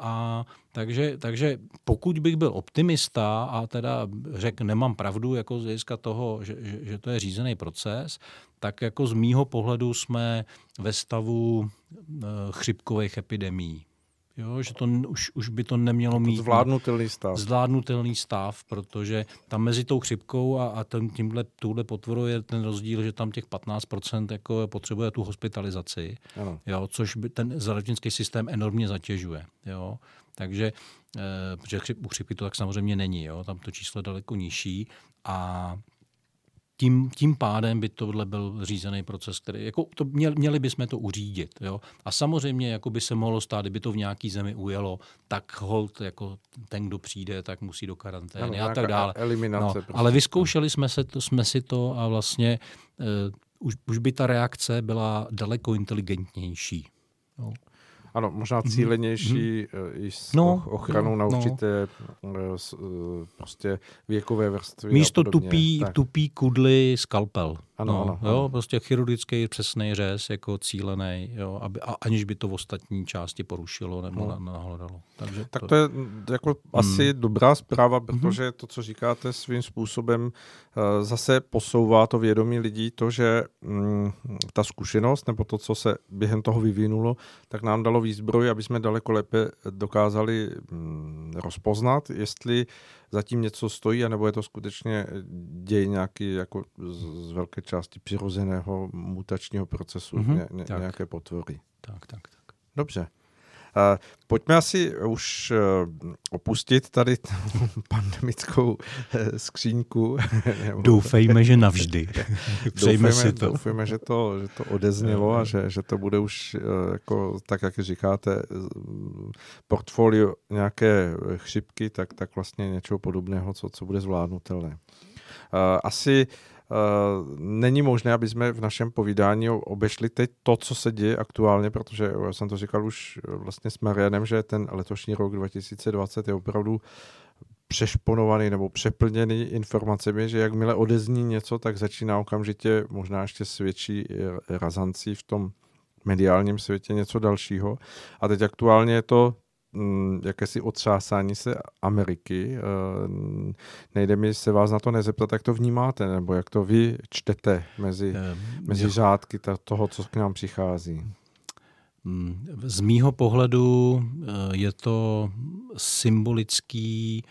S2: A takže, takže pokud bych byl optimista a teda řekl, nemám pravdu jako z hlediska toho, že, že, že to je řízený proces, tak jako z mýho pohledu jsme ve stavu e, chřipkových epidemií. Jo, že to už, už by to nemělo mít
S1: zvládnutelný stav.
S2: Zvládnutelný stav, protože tam mezi tou chřipkou a, a tímhle touhle potvorou je ten rozdíl, že tam těch patnáct procent jako potřebuje tu hospitalizaci, jo, což by ten zdravotnický systém enormně zatěžuje. Jo. Takže e, u chřipky to tak samozřejmě není. Jo. Tam to číslo je daleko nižší a Tím, tím pádem by tohle byl řízený proces, který, jako to měli, měli bychom to uřídit. Jo? A samozřejmě jako by se mohlo stát, kdyby to v nějaký zemi ujelo, tak holt, jako ten, kdo přijde, tak musí do karantény ano, a tak dále.
S1: Eliminace,
S2: no,
S1: prostě.
S2: Ale vyzkoušeli jsme, se to, jsme si to a vlastně uh, už, už by ta reakce byla daleko inteligentnější. Jo?
S1: Ano, možná cílenější mm-hmm. i s
S2: no,
S1: ochranou
S2: no,
S1: na určité no. prostě věkové vrstvy.
S2: Místo tupý, tupý kudly skalpel.
S1: Ano,
S2: no,
S1: ano,
S2: jo,
S1: ano.
S2: Prostě chirurgický přesný řez, jako cílený, jo, aby, a, aniž by to v ostatní části porušilo nebo no. nahledalo. Takže
S1: tak to, to je jako mm. asi dobrá zpráva, protože
S2: mm-hmm.
S1: to, co říkáte svým způsobem, uh, zase posouvá to vědomí lidí, to, že mm, ta zkušenost nebo to, co se během toho vyvinulo, tak nám dalo výzbroj, aby jsme daleko lépe dokázali mm, rozpoznat, jestli zatím něco stojí, anebo je to skutečně děj nějaký jako z, z velké části přirozeného mutačního procesu, mm-hmm. ně, ně, nějaké potvory.
S2: Tak, tak, tak.
S1: Dobře. Uh, pojďme asi už uh, opustit tady t- pandemickou uh, skříňku.
S2: Doufejme, že navždy. Přejme si to.
S1: Doufejme, že to, že to odeznělo a že, že to bude už uh, jako, tak, jak říkáte, portfolio nějaké chřipky, tak, tak vlastně něčeho podobného, co, co bude zvládnutelné. Uh, asi Uh, není možné, aby jsme v našem povídání obešli teď to, co se děje aktuálně, protože já jsem to říkal už vlastně s Marianem, že ten letošní rok dva tisíce dvacet je opravdu přešponovaný nebo přeplněný informacemi, že jakmile odezní něco, tak začíná okamžitě možná ještě s větší razancí v tom mediálním světě něco dalšího. A teď aktuálně je to jakési otřásání se Ameriky. Nejde mi se vás na to nezeptat, jak to vnímáte, nebo jak to vy čtete mezi, mezi řádky toho, co k nám přichází.
S2: Z mýho pohledu je to symbolický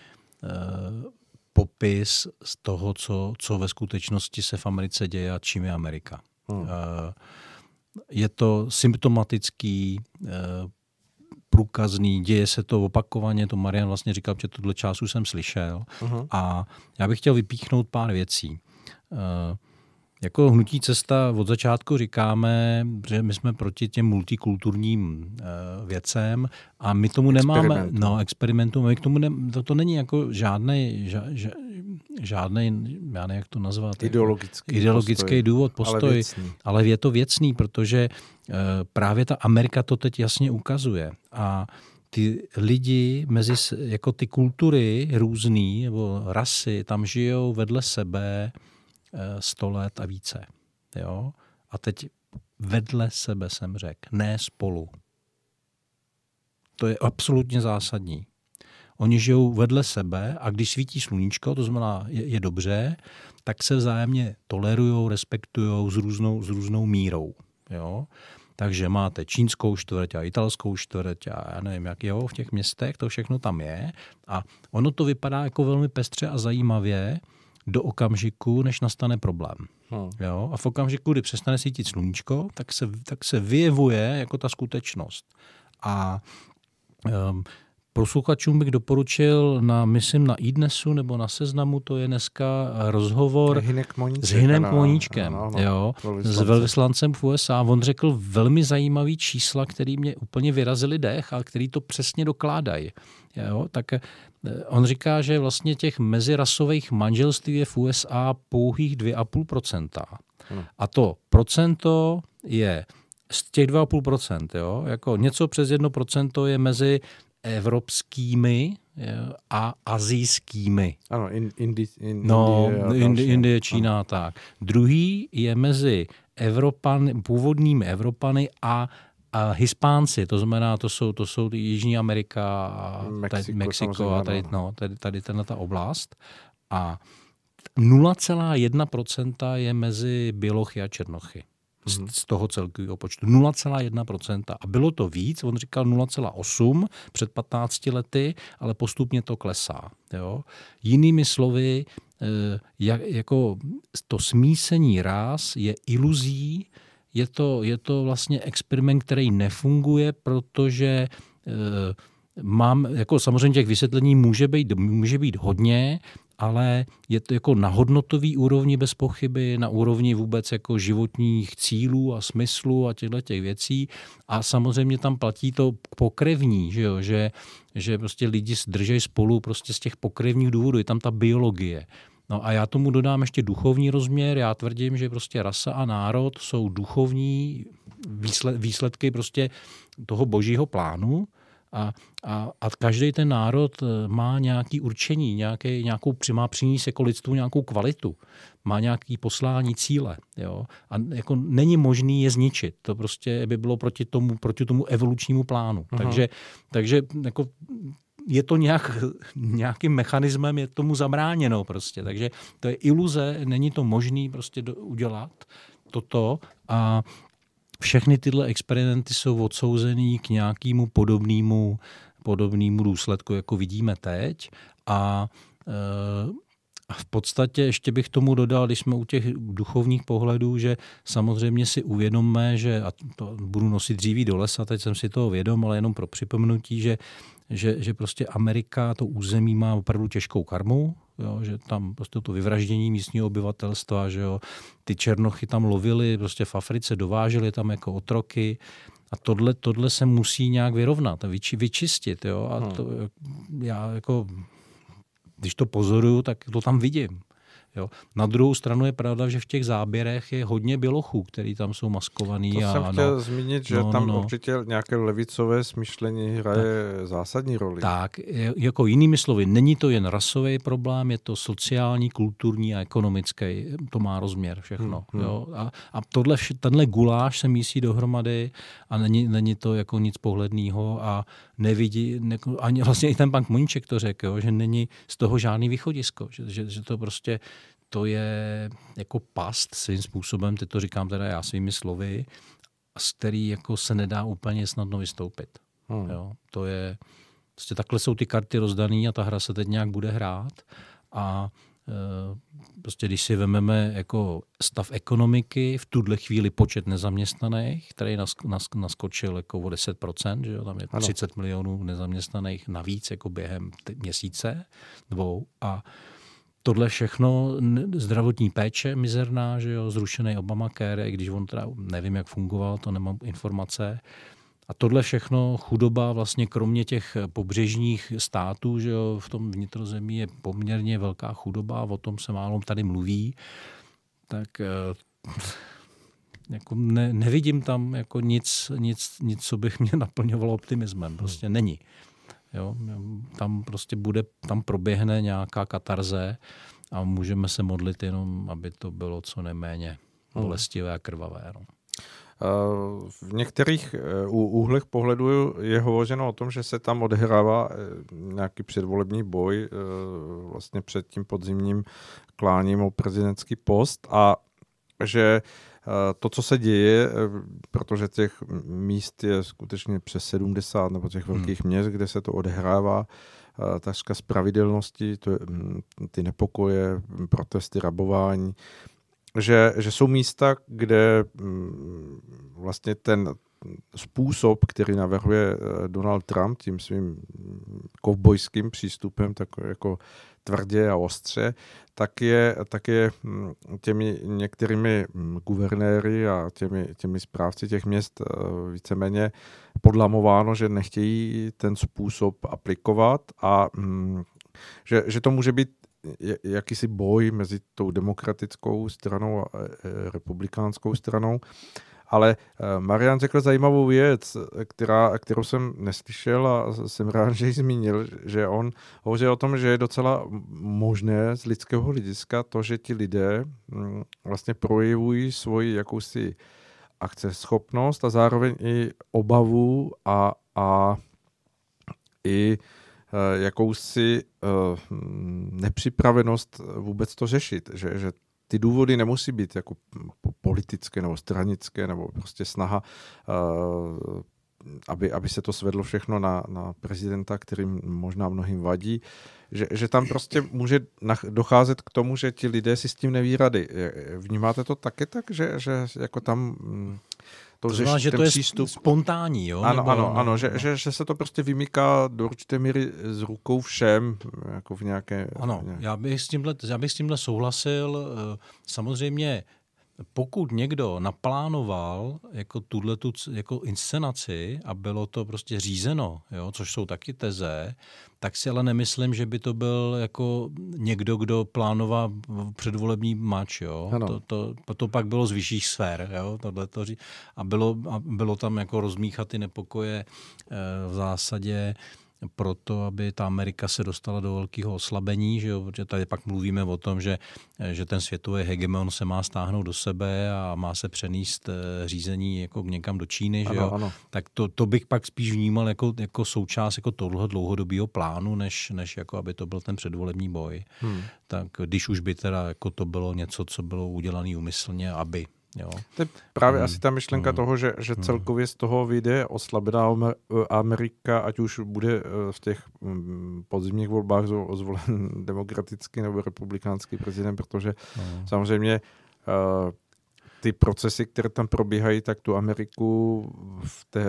S2: popis z toho, co, co ve skutečnosti se v Americe děje a čím je Amerika. Hmm. Je to symptomatický průkazný, děje se to opakovaně, to Marian vlastně říkal, že tohle času jsem slyšel. Uh-huh. A já bych chtěl vypíchnout pár věcí. Uh, jako Hnutí Cesta od začátku říkáme, že my jsme proti těm multikulturním uh, věcem a my tomu nemáme, no experimentu, my k tomu ne, to, to není jako žádnej, ža, ža, žádnej, já nevím, jak to nazvat.
S1: Ideologický,
S2: ideologický
S1: postoj,
S2: důvod, postoj, ale, ale je to věcný, protože uh, právě ta Amerika to teď jasně ukazuje a ty lidi mezi, jako ty kultury různý, nebo rasy, tam žijou vedle sebe sto let a více. Jo? A teď vedle sebe jsem řekl, ne spolu. To je absolutně zásadní. Oni žijou vedle sebe a když svítí sluníčko, to znamená je, je dobře, tak se vzájemně tolerujou, respektujou s různou, s různou mírou. Jo? Takže máte čínskou čtvrť a italskou čtvrť a já nevím, jak jo, v těch městech, to všechno tam je. A ono to vypadá jako velmi pestře a zajímavě, do okamžiku, než nastane problém. Hmm. Jo? A v okamžiku, kdy přestane svítit sluníčko, tak se, tak se vyjevuje jako ta skutečnost. A um, posluchačům bych doporučil, na, myslím na iDnesu nebo na Seznamu, to je dneska rozhovor
S1: Hinek Moníček,
S2: s Hinem Moníčkem, no, no, jo, s velvyslancem v U S A. On řekl velmi zajímavý čísla, který mě úplně vyrazili dech a který to přesně dokládají. Jo, tak on říká, že vlastně těch mezirasových manželství je v U S A pouhých dvě a půl procenta. Hmm. A to procento je z těch dva a půl procenta, jo, jako něco přes jedno procento je mezi evropskými a azijskými.
S1: Ano, in, indi, in,
S2: no,
S1: Indie,
S2: Indie, Indie, Čína, ano. Tak. Druhý je mezi Evropan, původními Evropany a, a Hispánci, to znamená, to jsou, to jsou Jižní Amerika a
S1: Mexiko,
S2: tady, Mexiko a tady, no, tady, tady tenhle oblast. A nula celá jedna procenta je mezi Bělochy a Černochy. Z, z toho celkového počtu. nula celá jedna procenta. A bylo to víc, on říkal nula celá osm před patnácti lety, ale postupně to klesá. Jo? Jinými slovy, jak, jako to smísení ráz je iluzí, je to, je to vlastně experiment, který nefunguje, protože mám, jako samozřejmě těch vysvětlení může být, může být hodně, ale je to jako na hodnotový úrovni bez pochyby, na úrovni vůbec jako životních cílů a smyslu a těchto těch věcí. A samozřejmě tam platí to pokrevní, že, jo? Že, že prostě lidi drží spolu prostě z těch pokrevních důvodů, je tam ta biologie. No a já tomu dodám ještě duchovní rozměr. Já tvrdím, že prostě rasa a národ jsou duchovní výsledky prostě toho božího plánu. A, a, a každý ten národ má nějaké určení, nějaké, nějakou, má přinést jako lidstvu nějakou kvalitu, má nějaké poslání, cíle. Jo? A jako není možný je zničit. To prostě by bylo proti tomu, proti tomu evolučnímu plánu. Aha. Takže, takže jako je to nějak, nějakým mechanismem je tomu zabráněno prostě. Takže to je iluze, není to možný prostě do, udělat toto a všechny tyhle experimenty jsou odsouzený k nějakému podobnému, podobnému důsledku, jako vidíme teď. A e, v podstatě ještě bych tomu dodal, když jsme u těch duchovních pohledů, že samozřejmě si uvědomme, že, a to budu nosit dříví do lesa, teď jsem si toho vědom, ale jenom pro připomenutí, že, že, že prostě Amerika, to území má opravdu těžkou karmu, jo, že tam prostě to vyvraždění místního obyvatelstva, že jo, ty černochy tam lovili, prostě v Africe dováželi tam jako otroky a tohle, tohle se musí nějak vyrovnat a vyči, vyčistit, jo, a to, já jako, když to pozoruju, tak to tam vidím. Jo. Na druhou stranu je pravda, že v těch záběrech je hodně bělochů, který tam jsou maskovaný.
S1: To
S2: a,
S1: jsem chtěl
S2: no,
S1: zmínit, že
S2: no,
S1: tam
S2: no, no.
S1: určitě nějaké levicové smýšlení hraje tak, zásadní roli.
S2: Tak, jako jinými slovy, není to jen rasový problém, je to sociální, kulturní a ekonomický, to má rozměr všechno. Hmm, jo. A, a tohle, tenhle guláš se mísí dohromady a není, není to jako nic pohledného a nevidí, ne, ani vlastně i ten pan Kmoníček to řekl, jo, že není z toho žádný východisko, že, že, že to prostě to je jako past svým způsobem, teď to říkám teda já svými slovy, z který jako se nedá úplně snadno vystoupit. Hmm. Jo, to je, prostě takhle jsou ty karty rozdaný a ta hra se teď nějak bude hrát a e, prostě když si vememe jako stav ekonomiky, v tuhle chvíli počet nezaměstnaných, který nask, nask, naskočil jako o deset procent, že jo, tam je ano. třicet milionů nezaměstnaných navíc jako během t- měsíce, dvou a tohle všechno, zdravotní péče mizerná, že jo, zrušený Obamacare, i když on teda nevím, jak fungoval, to nemám informace. A tohle všechno, chudoba vlastně kromě těch pobřežních států, že jo, v tom vnitrozemí je poměrně velká chudoba, o tom se málo tady mluví, tak jako ne, nevidím tam jako nic, nic, nic, co bych mě naplňovalo optimismem. Prostě není. Jo, tam prostě bude, tam proběhne nějaká katarze a můžeme se modlit jenom, aby to bylo co nejméně bolestivé a krvavé. No.
S1: V některých úhlech pohledu je hovořeno o tom, že se tam odehrává nějaký předvolební boj vlastně před tím podzimním kláním o prezidentský post a že to, co se děje, protože těch míst je skutečně přes sedmdesát nebo těch velkých hmm. měst, kde se to odehrává, takřka z pravidelnosti, to je, ty nepokoje, protesty, rabování, že, že jsou místa, kde vlastně ten způsob, který navrhuje Donald Trump tím svým kovbojským přístupem, tak jako tvrdě a ostře, tak je, tak je těmi některými guvernéry a těmi, těmi správci těch měst víceméně podlamováno, že nechtějí ten způsob aplikovat a že, že to může být jakýsi boj mezi tou demokratickou stranou a republikánskou stranou. Ale Marian řekl zajímavou věc, která, kterou jsem neslyšel a jsem rád, že ji zmínil, že on hovořil o tom, že je docela možné z lidského hlediska to, že ti lidé vlastně projevují svoji jakousi akceschopnost a zároveň i obavu a, a i uh, jakousi uh, nepřipravenost vůbec to řešit, že, že ty důvody nemusí být jako politické nebo stranické nebo prostě snaha, uh, aby, aby se to svedlo všechno na, na prezidenta, kterým možná mnohým vadí, že, že tam prostě může docházet k tomu, že ti lidé si s tím neví rady. Vnímáte to také tak, že, že jako tam
S2: to, to znamená, že to přístup... je spontánní, jo?
S1: Ano,
S2: Nebo,
S1: ano,
S2: no,
S1: ano,
S2: no,
S1: že,
S2: no.
S1: Že, že se to prostě vymýká do určité míry z rukou všem, jako v nějaké...
S2: Ano,
S1: nějaké...
S2: Já, bych s tímhle, já bych s tímhle souhlasil. Samozřejmě, pokud někdo naplánoval jako tuhletu jako inscenaci a bylo to prostě řízeno, jo, což jsou taky teze, tak si ale nemyslím, že by to byl jako někdo, kdo plánoval předvolební mač. Jo. To, to, to pak bylo z vyšších sfér. Jo, tohleto, a, bylo, a bylo tam jako rozmíchat ty nepokoje v zásadě proto, aby ta Amerika se dostala do velkého oslabení, že jo? Protože tady pak mluvíme o tom, že, že ten světový hegemon se má stáhnout do sebe a má se přenést řízení jako někam do Číny, že jo?
S1: Ano, ano.
S2: Tak to, to bych pak spíš vnímal jako, jako součást jako tohle dlouhodobého plánu, než, než jako aby to byl ten předvolební boj. Hmm. Tak když už by teda jako to bylo něco, co bylo udělané úmyslně, aby... Jo.
S1: To je právě
S2: hmm.
S1: asi ta myšlenka hmm. toho, že, že celkově z toho vyjde oslabená Amerika, ať už bude v těch podzimních volbách zvolen demokratický nebo republikánský prezident, protože hmm. samozřejmě uh, ty procesy, které tam probíhají, tak tu Ameriku v, té,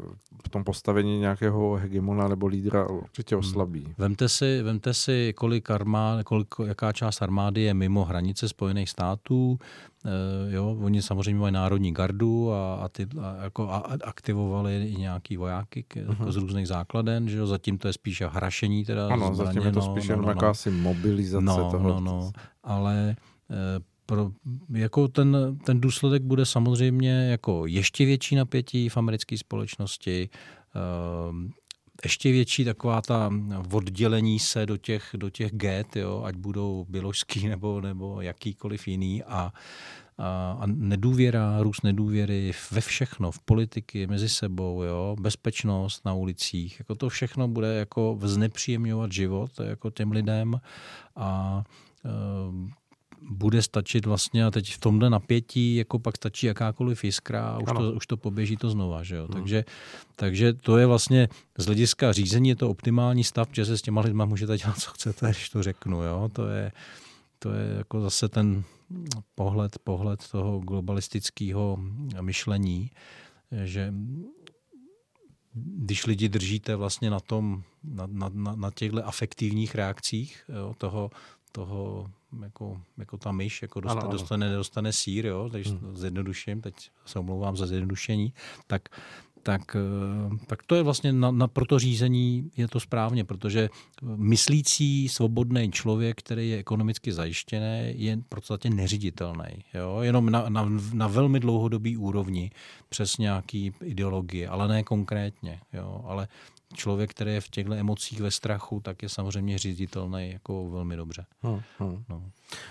S1: v tom postavení nějakého hegemona nebo lídra určitě oslabí.
S2: Vemte si, vemte si kolik armád, kolik, jaká část armády je mimo hranice Spojených států. E, jo, oni samozřejmě mají národní gardu a, a, ty, a, jako, a aktivovali i nějaký vojáky k, uh-huh. jako z různých základen. Že jo? Zatím to je spíš hrašení. Teda
S1: ano,
S2: zbraně,
S1: zatím je to spíš no, no, no, jakási mobilizace
S2: no,
S1: toho.
S2: No, no, ale... E, Pro, jako ten, ten důsledek bude samozřejmě jako ještě větší napětí v americké společnosti, ještě větší taková ta oddělení se do těch, do těch get, jo, ať budou běložský nebo, nebo jakýkoliv jiný a, a, a nedůvěra, růst nedůvěry ve všechno, v politiky, mezi sebou, jo, bezpečnost na ulicích, jako to všechno bude jako znepříjemňovat život jako těm lidem a bude stačit vlastně a teď v tomhle napětí jako pak stačí jakákoliv jiskra a už to, už to poběží to znova. Že jo? Hmm. Takže, takže to je vlastně z hlediska řízení je to optimální stav, že se s těma lidma můžete dělat, co chcete, když to řeknu. Jo? To je, to je jako zase ten pohled, pohled toho globalistického myšlení, že když lidi držíte vlastně na tom, na, na, na, na těchto afektivních reakcích jo, toho, toho jako, jako ta myš, jako dostane, ano, ano. dostane, nedostane sýr, jo, takže hmm. zjednoduším, teď se omlouvám za zjednodušení, tak, tak, tak to je vlastně, na, na, pro to řízení je to správně, protože myslící svobodný člověk, který je ekonomicky zajištěný, je v podstatě neřiditelný, jo, jenom na, na, na velmi dlouhodobý úrovni přes nějaký ideologie, ale ne konkrétně, jo, ale člověk, který je v těchto emocích ve strachu, tak je samozřejmě říditelný jako velmi dobře. Hmm, hmm. No.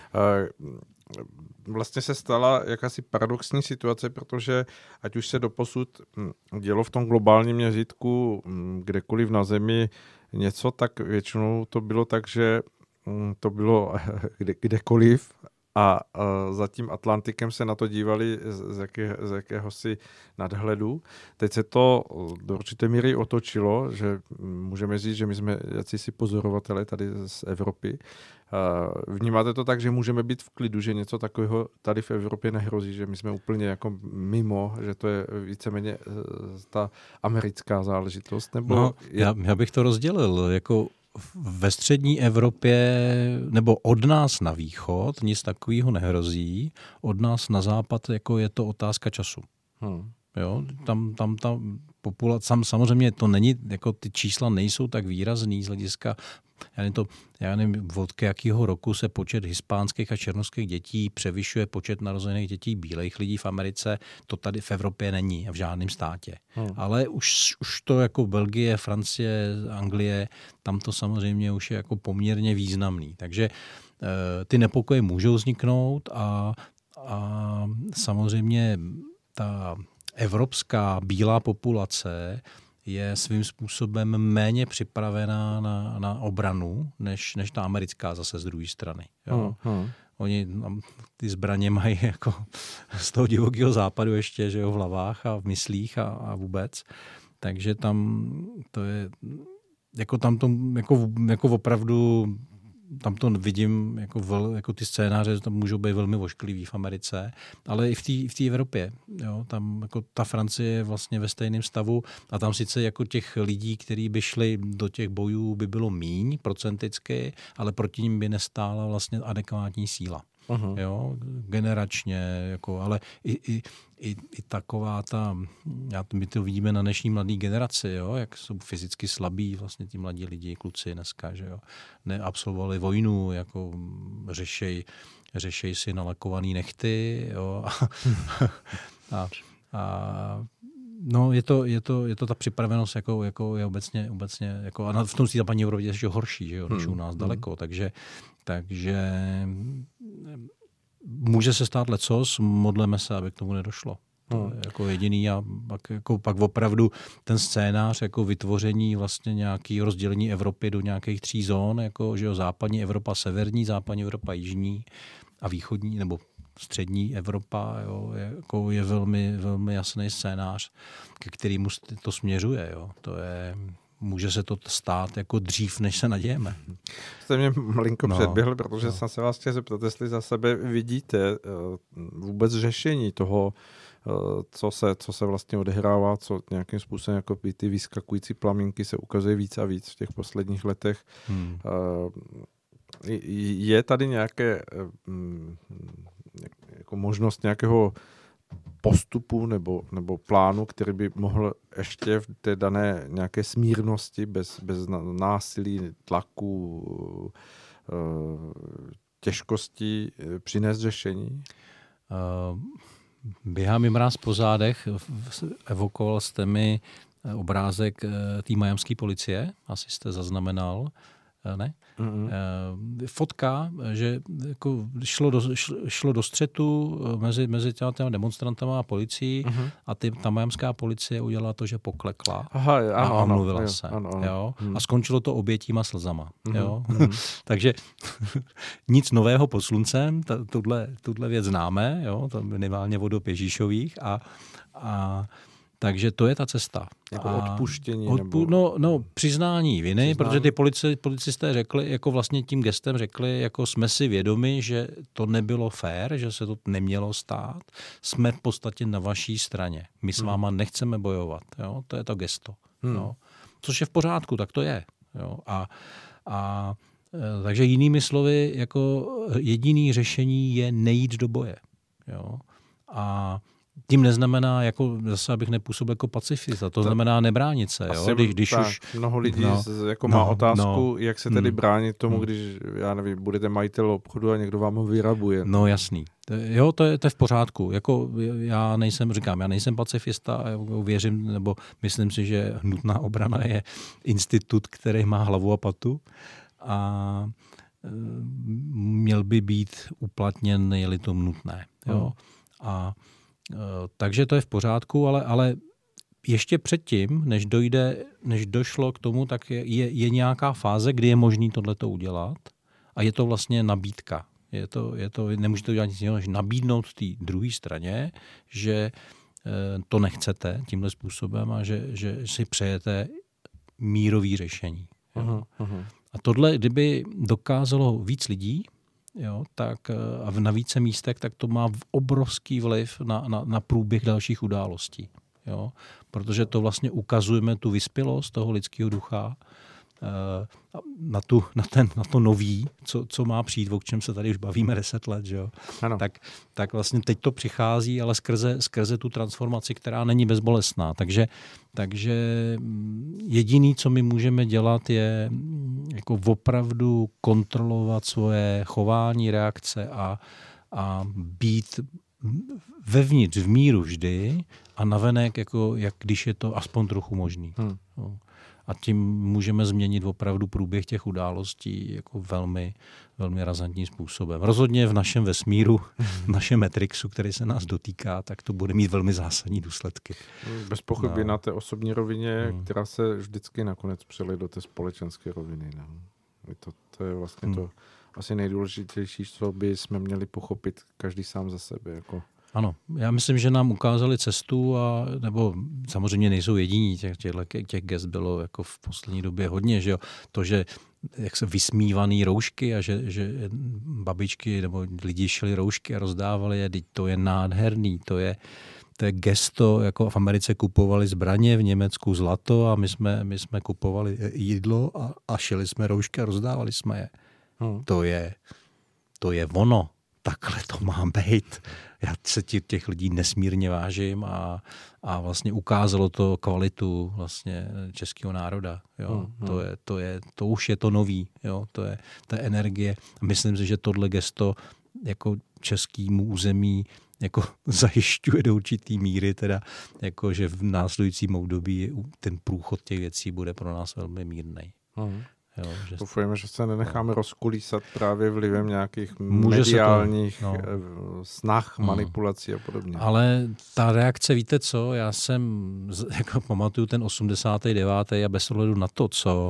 S1: Vlastně se stala jakási paradoxní situace, protože ať už se doposud dělo v tom globálním měřítku kdekoliv na zemi něco, tak většinou to bylo tak, že to bylo kde, kdekoliv a za tím Atlantikem se na to dívali z, jaké, z jakéhosi nadhledu. Teď se to do určité míry otočilo, že můžeme říct, že my jsme jakýsi pozorovatelé tady z Evropy. Vnímáte to tak, že můžeme být v klidu, že něco takového tady v Evropě nehrozí, že my jsme úplně jako mimo, že to je víceméně ta americká záležitost? Nebo
S2: no,
S1: je...
S2: já, já bych to rozdělil, jako ve střední Evropě, nebo od nás na východ nic takového nehrozí, od nás na západ jako je to otázka času. Hmm. Jo, tam, tam ta populace, sam, samozřejmě to není, jako ty čísla nejsou tak výrazný z hlediska já nevím, to, já nevím, od jakého roku se počet hispánských a černošských dětí převyšuje počet narozených dětí bílých lidí v Americe. To tady v Evropě není a v žádném státě. Hmm. Ale už, už to jako Belgie, Francie, Anglie, tam to samozřejmě už je jako poměrně významný. Takže ty nepokoje můžou vzniknout a, a samozřejmě ta evropská bílá populace je svým způsobem méně připravená na, na obranu, než, než ta americká zase z druhé strany. Jo. Hmm, hmm. Oni ty zbraně mají jako z toho divokého západu ještě, že jo, v hlavách a v myslích a, a vůbec. Takže tam to je, jako tam to, jako, jako opravdu tam to vidím, jako, vel, jako ty scénáře tam můžou být velmi ošklivý v Americe, ale i v té v té Evropě. Jo, tam jako ta Francie je vlastně ve stejném stavu a tam sice jako těch lidí, kteří by šli do těch bojů, by bylo míň procenticky, ale proti nim by nestála vlastně adekvátní síla. Uh-huh. Jo, generačně, jako, ale i, i, i, i taková ta, já, my to vidíme na dnešní mladé generaci, jo, jak jsou fyzicky slabí vlastně ti mladí lidi, kluci dneska, že jo, neabsolvovali vojnu, jako řešej, řešej si nalakovaný nechty, jo, a, a, a no, je to, je to, je to ta připravenost, jako, jako je obecně, obecně jako, a v tom si ta paní Evropě je ještě horší, že jo, než u nás hmm. daleko, takže Takže může se stát lecos, modleme se, aby k tomu nedošlo. To je jako jediný a pak, jako, pak opravdu ten scénář jako vytvoření vlastně nějaký rozdělení Evropy do nějakých tří zón, jako že jo, západní Evropa, severní, západní Evropa, jižní a východní nebo střední Evropa, jo, je, jako je velmi, velmi jasný scénář, ke kterému to směřuje. Jo. To je... Může se to stát jako dřív, než se nadějeme.
S1: Jste mě malinko no, předběhli, protože no. jsem se vás chtěl zeptat, jestli za sebe vidíte vůbec řešení toho, co se, co se vlastně odehrává, co nějakým způsobem jako ty vyskakující plamínky se ukazuje víc a víc v těch posledních letech. Hmm. Je tady nějaké jako možnost nějakého postupu nebo, nebo plánu, který by mohl ještě v té dané nějaké smírnosti, bez, bez násilí, tlaku, těžkostí přinést řešení?
S2: Uh, běhá mi mráz po zádech. Evokoval jste mi obrázek té miamské policie, asi jste zaznamenal. Ne? Mm-hmm. Fotka, že jako šlo, do, šlo do střetu mezi, mezi těma, těma demonstrantama a policií mm-hmm. a ty, ta miamská policie udělala to, že poklekla. Aha, ano, a omluvila ano, se. Ano, ano. Jo? Mm. A skončilo to obětíma slzama. Mm-hmm. Jo? Mm-hmm. Takže nic nového pod sluncem, tuhle, tuhle věc známe, jo? To minimálně od dob Ježíšových a, a takže to je ta cesta.
S1: Jako a odpuštění?
S2: Odpu-
S1: nebo...
S2: no, no, přiznání viny, přiznání. Protože ty polici, policisté řekli, jako vlastně tím gestem řekli, jako jsme si vědomi, že to nebylo fér, že se to nemělo stát. Jsme v podstatě na vaší straně. My s váma hmm. nechceme bojovat. Jo? To je to gesto. Hmm. Jo? Což je v pořádku, tak to je. Jo? A, a takže jinými slovy, jako jediný řešení je nejít do boje. Jo? A tím neznamená, jako zase abych nepůsobil jako pacifista, to znamená nebránit se. Jo? Když, když
S1: tak,
S2: už...
S1: Mnoho lidí no, jako má no, otázku, no, jak se tedy bránit tomu, když, já nevím, budete majitel obchodu a někdo vám ho vyrabuje.
S2: No jasný. Jo, to je, to je v pořádku. Jako já nejsem, říkám, já nejsem pacifista, věřím, nebo myslím si, že nutná obrana je institut, který má hlavu a patu a měl by být uplatněn, je-li to nutné. Jo? Hmm. A takže to je v pořádku, ale, ale ještě předtím, než dojde, než došlo k tomu, tak je, je, je nějaká fáze, kdy je možné tohleto udělat a je to vlastně nabídka. Je to, je to, nemůžete udělat nic jiného, než nabídnout té druhé straně, že to nechcete tímhle způsobem a že, že si přejete mírový řešení.
S1: Aha, aha.
S2: A tohle, kdyby dokázalo víc lidí, jo, tak a na více místech, tak to má obrovský vliv na, na, na průběh dalších událostí. Jo? Protože to vlastně ukazujeme tu vyspělost toho lidského ducha na, tu, na, ten, na to nový, co, co má přijít, o čem se tady už bavíme deset let, že jo? Tak, tak vlastně teď to přichází, ale skrze, skrze tu transformaci, která není bezbolestná. Takže, takže jediný, co my můžeme dělat, je jako opravdu kontrolovat svoje chování, reakce a, a být vevnitř v míru vždy a navenek, jako, jak když je to aspoň trochu možný. Hmm. No. A tím můžeme změnit opravdu průběh těch událostí jako velmi, velmi razantním způsobem. Rozhodně v našem vesmíru, v našem Matrixu, který se nás dotýká, tak to bude mít velmi zásadní důsledky.
S1: Bez pochyby no. Na té osobní rovině, hmm. která se vždycky nakonec přelije do té společenské roviny. No. To, to je vlastně hmm. to asi nejdůležitější, co by jsme měli pochopit každý sám za sebe. Jako.
S2: Ano, já myslím, že nám ukázali cestu, a, nebo samozřejmě nejsou jediní, těch, těch, těch gest bylo jako v poslední době hodně, že jo? To, že jak se vysmívaný roušky a že, že babičky nebo lidi šli roušky a rozdávali je, to je nádherný, to je, to je gesto, jako v Americe kupovali zbraně, v Německu zlato a my jsme, my jsme kupovali jídlo a, a šili jsme roušky a rozdávali jsme je. Hmm. To je, to je ono. Takhle to má být. Já se těch lidí nesmírně vážím a, a vlastně ukázalo to kvalitu vlastně českého národa. Jo. Hmm. To, je, to, je, to už je to nový. Jo. To je ta energie. Myslím si, že tohle gesto jako českému území jako zajišťuje do určitý míry, teda jako, že v následujícím období ten průchod těch věcí bude pro nás velmi mírnej. Hmm.
S1: Jo, že doufujeme, že se nenecháme no. rozkulísat právě vlivem nějakých Může mediálních to, no. snah, manipulací a podobně.
S2: Ale ta reakce, víte co, já jsem, jako pamatuju ten osmdesátý devátý a bez ohledu na to, co,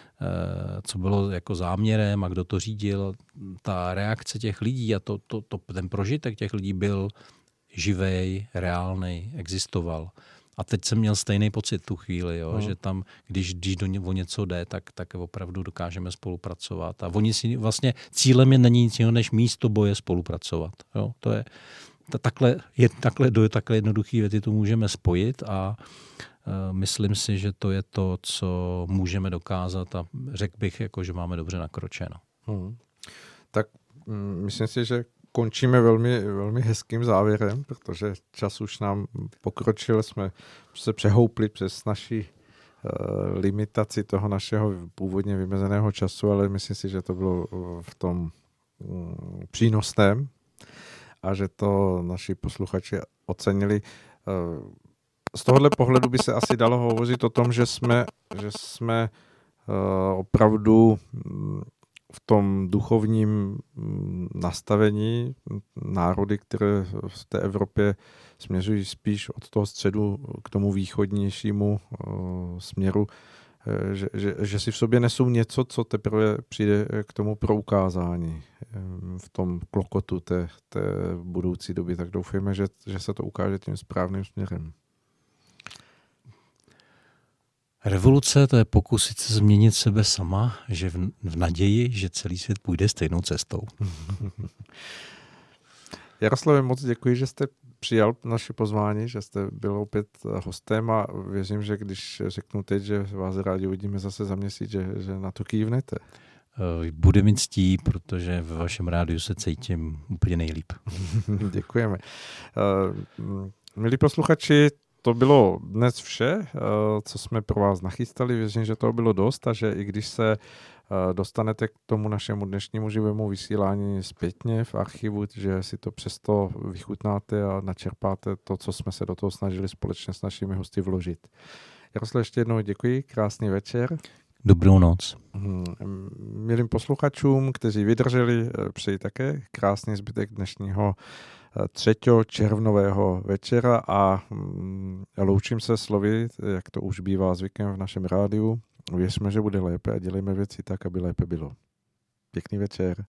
S2: co bylo jako záměrem a kdo to řídil, ta reakce těch lidí a to, to, to, ten prožitek těch lidí byl živej, reálnej, existoval. A teď jsem měl stejný pocit tu chvíli, jo, hmm. že tam, když, když do ně, o něco jde, tak, tak opravdu dokážeme spolupracovat. A oni si vlastně, cílem je není nic jiného, než místo boje spolupracovat. Jo. To je, to, takhle, je, takhle, do takhle jednoduchý věty to můžeme spojit a uh, myslím si, že to je to, co můžeme dokázat a řekl bych, jako, že máme dobře nakročeno.
S1: Hmm. Tak mm, myslím si, že končíme velmi, velmi hezkým závěrem, protože čas už nám pokročil, jsme se přehoupli přes naši uh, limitaci toho našeho původně vymezeného času, ale myslím si, že to bylo v tom um, přínosném a že to naši posluchači ocenili. Uh, z tohohle pohledu by se asi dalo hovořit o tom, že jsme, že jsme uh, opravdu um, v tom duchovním nastavení národy, které v té Evropě směřují spíš od toho středu k tomu východnějšímu směru, že, že, že si v sobě nesou něco, co teprve přijde k tomu proukázání v tom klokotu té, té budoucí doby. Tak doufujeme, že, že se to ukáže tím správným směrem.
S2: Revoluce to je pokusit se změnit sebe sama, že v, v naději, že celý svět půjde stejnou cestou.
S1: Jaroslave, moc děkuji, že jste přijal naše pozvání, že jste byl opět hostem a věřím, že když řeknu teď, že vás rádi uvidíme zase za měsíc, že, že na to kývnete.
S2: Bude mi ctí, protože ve vašem rádiu se cítím úplně nejlíp.
S1: Děkujeme. Milí posluchači, to bylo dnes vše, co jsme pro vás nachystali. Věřím, že toho bylo dost a že i když se dostanete k tomu našemu dnešnímu živému vysílání zpětně v archivu, že si to přesto vychutnáte a načerpáte to, co jsme se do toho snažili společně s našimi hosty vložit. Jaroslav, ještě jednou děkuji, krásný večer.
S2: Dobrou noc.
S1: Milým posluchačům, kteří vydrželi, přeji také krásný zbytek dnešního třetího červnového večera a loučím se slovy, jak to už bývá zvykem v našem rádiu. Věřme, že bude lépe a dělejme věci tak, aby lépe bylo. Pěkný večer.